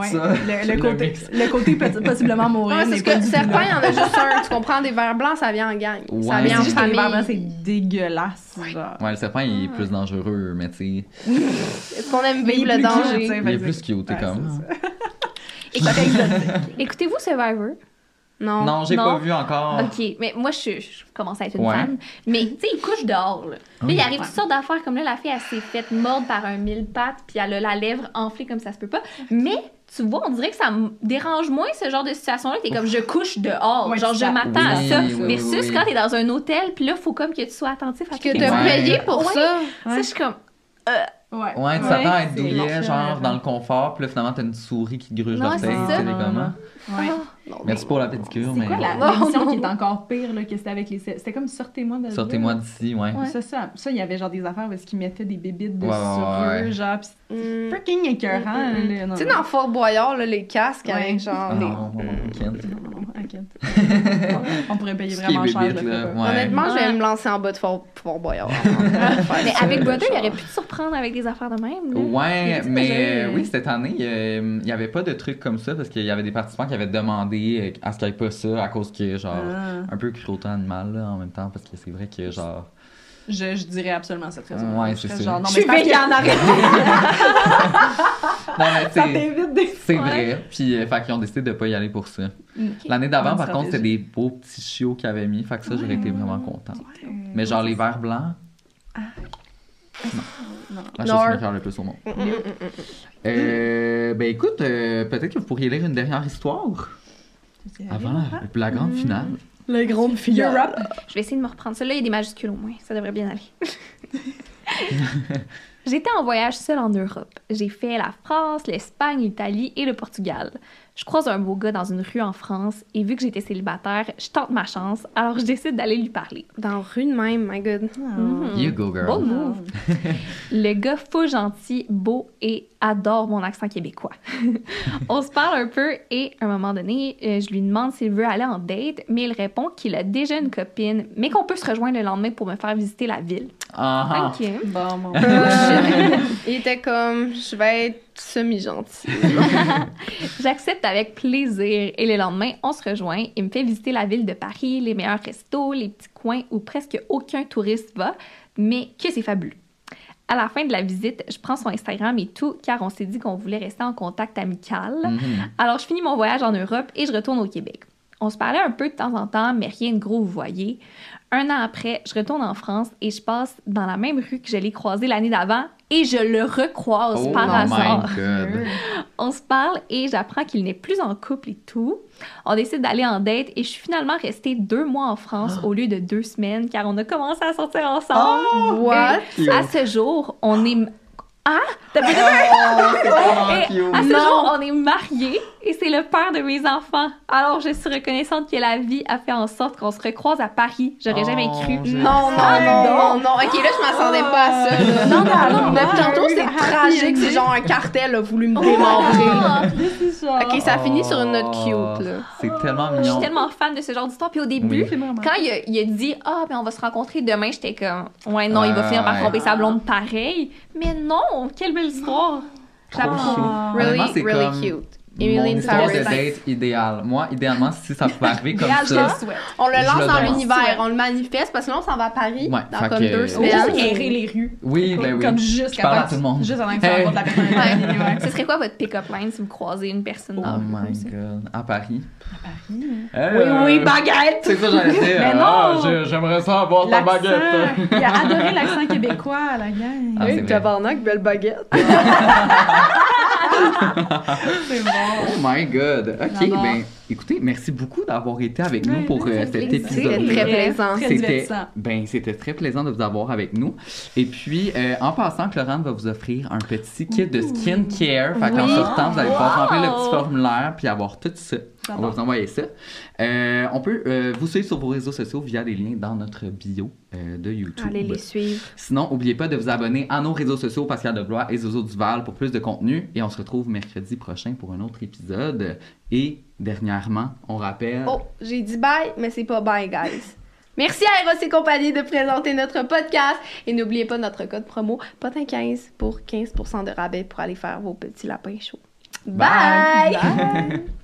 le côté possiblement mourir. Ouais, mais c'est pas que du tout serpent, blanc. il y en a juste un. Tu comprends, des vers blancs, ça vient en gang. Ouais. Ça Mais vient C'est en juste que les verres blancs, famille. c'est dégueulasse. Genre. Ouais, le serpent, il est plus dangereux, mais tu sais, Est-ce qu'on aime Mais il vivre est le plus cute, danger? tu sais. il est plus cute, t'es Ouais, comme... Écoutez-vous Survivor? Non. Non, j'ai Non. pas vu encore. OK, mais moi, je commence à être une Ouais. fan. Mais, tu sais, il couche dehors, là. Là, il arrive toutes sortes d'affaires, comme là, la fille, elle s'est faite mordre par un mille-pattes, puis elle a la lèvre enflée comme ça se peut pas. Mais, tu vois, on dirait que ça me dérange moins, ce genre de situation-là. T'es comme, je couche dehors. Ouais, genre, je ça- m'attends à oui, ça. oui, Versus oui. quand t'es dans un hôtel, puis là, faut comme que tu sois attentif à Que tout. t'as Ouais. payé pour ça. Ça, je suis comme... Ouais, tu t'attends à être c'est douillet, l'enfer. genre, dans le confort, puis là, finalement, t'as une souris qui te gruge Non, l'orteil, c'est tu ça. sais, les comment. Ouais. Non, Merci pour la pédicure, C'est mais... quoi l'émission qui est encore pire, là, que c'était avec les... C'était comme Sortez-moi de là. Sortez-moi d'ici, ouais. Ça, il y avait genre des affaires parce qu'ils mettaient des bébites dessus Ouais, sur ouais. eux, genre, pis Mm. c'est freaking écœurant, là. Non, Tu sais, non. dans Fort Boyard, là, les casques Ouais. avec genre Ah des... non, Kent. Non, inquiète. On pourrait payer Ce qui est vraiment cher, bébite, le là, fait, ouais. Honnêtement, je vais Ouais. me lancer en bas de Fort Boyard. Mais avec Brother, il aurait pu te surprendre avec des affaires de même. Là. Ouais, Il y a mais déjà eu- oui, cette année, il n'y avait pas de trucs comme ça parce qu'il y avait des participants qui avaient demandé à ce qu'il n'y ait pas ça à cause que, genre, un peu cruauté animal là, en même temps parce que c'est vrai que, genre. Je dirais absolument cette raison. Ouais, c'est ça. Genre, non, Je mais suis parce que- végane, arrête! Non, mais Ça c'est t'évite des... c'est vrai. Puis, fait qu'ils ont décidé de pas y aller pour ça. L'année d'avant, Bonne par contre, c'était stratégie. des beaux petits chiots qu'ils avaient mis. Fait que ça, j'aurais été vraiment contente. Mais genre, les verres blancs. Non. La chose qui m'écoeure le plus au monde. Ben écoute, peut-être que vous pourriez lire une dernière histoire avant la grande finale. Les grandes filles. Europe. Je vais essayer de me reprendre. Celle-là, il y a des majuscules au moins. Ça devrait bien aller. J'étais en voyage seule en Europe. J'ai fait la France, l'Espagne, l'Italie et le Portugal. Je croise un beau gars dans une rue en France et vu que j'étais célibataire, je tente ma chance, alors je décide d'aller lui parler. Dans la rue de même, my god. You go, girl. Beau move. Le gars faux gentil, beau et adore mon accent québécois. On se parle un peu et à un moment donné, je lui demande s'il veut aller en date, mais il répond qu'il a déjà une copine, mais qu'on peut se rejoindre le lendemain pour me faire visiter la ville. Ah OK. Bon, mon Il était comme, je vais être semi-gentil. J'accepte avec plaisir et le lendemain, on se rejoint et me fait visiter la ville de Paris, les meilleurs restos, les petits coins où presque aucun touriste va, mais que c'est fabuleux. À la fin de la visite, je prends son Instagram et tout, car on s'est dit qu'on voulait rester en contact amical. Alors, je finis mon voyage en Europe et je retourne au Québec. On se parlait un peu de temps en temps, mais rien de gros, vous voyez. Un an après, je retourne en France et je passe dans la même rue que je l'ai croisé l'année d'avant et je le recroise Oh par hasard. my god. On se parle et j'apprends qu'il n'est plus en couple et tout. On décide d'aller en date et je suis finalement restée 2 mois en France au lieu de 2 semaines car on a commencé à sortir ensemble. What? Et à ce jour, on est... Ah! T'as vu? cute. À ce jour, on est mariés et c'est le père de mes enfants. Alors, je suis reconnaissante que la vie a fait en sorte qu'on se recroise à Paris. J'aurais jamais cru. Non. Ok, là, je m'attendais pas à ça. là. Non. Depuis tantôt, c'est tragique. C'est genre un cartel a voulu me démembrer. Ok, ça finit sur une note cute, là. C'est tellement Je suis mignon. tellement fan de ce genre d'histoire. Puis au début, Oui. quand il a dit « Ah, ben on va se rencontrer demain », j'étais comme « Ouais, non, il va finir par Ouais. tromper sa blonde pareil. » Mais non, quelle belle histoire. J'apprends. Honnêtement, Really, c'est really comme- cute. Emily mon histoire de Paris. date idéale. Moi, idéalement, si ça pouvait arriver comme Regarde, je le ça. souhaite. On le Je lance le dans demande. l'univers, on le manifeste parce que là, on s'en va à Paris Ouais, dans fait comme que- 2 Ou semaines. errer les rues. Oui, ben oui. Comme juste Je parle à avant tout le monde. Juste avant que tu Hey. rencontres la personne. Ouais. Ce serait quoi votre pick-up line si vous croisez une personne dans Oh la rue my comme ça? god. À Paris. Paris. Oui, baguette! C'est ça, j'allais dire. Mais non! J'aimerais ça avoir ta baguette. L'accent. Il a adoré l'accent québécois, la gang. Ah, c'est Oui, vrai. tabarnak, belle baguette. C'est bon. Oh my god. Ok, J'adore. ben écoutez, merci beaucoup d'avoir été avec nous Ouais, pour ça fait cet plaisir. épisode. C'était très plaisant. Très divertissant. C'était très plaisant de vous avoir avec nous. Et puis, en passant, Laurent va vous offrir un petit kit de skincare. Fait qu'en Oui. sortant, vous allez pouvoir Wow. remplir le petit formulaire puis avoir tout ça. On va J'adore. vous envoyer ça. On peut vous suivre sur vos réseaux sociaux via les liens dans notre bio de YouTube. Allez les suivre. Sinon, n'oubliez pas de vous abonner à nos réseaux sociaux Pascal Deblois et Zozo Duval pour plus de contenu. Et on se retrouve mercredi prochain pour un autre épisode. Et dernièrement, on rappelle... Oh, j'ai dit bye, mais c'est pas bye, guys. Merci à Eros et compagnie de présenter notre podcast. Et n'oubliez pas notre code promo POTIN15 pour 15% de rabais pour aller faire vos petits lapins chauds. Bye. Bye.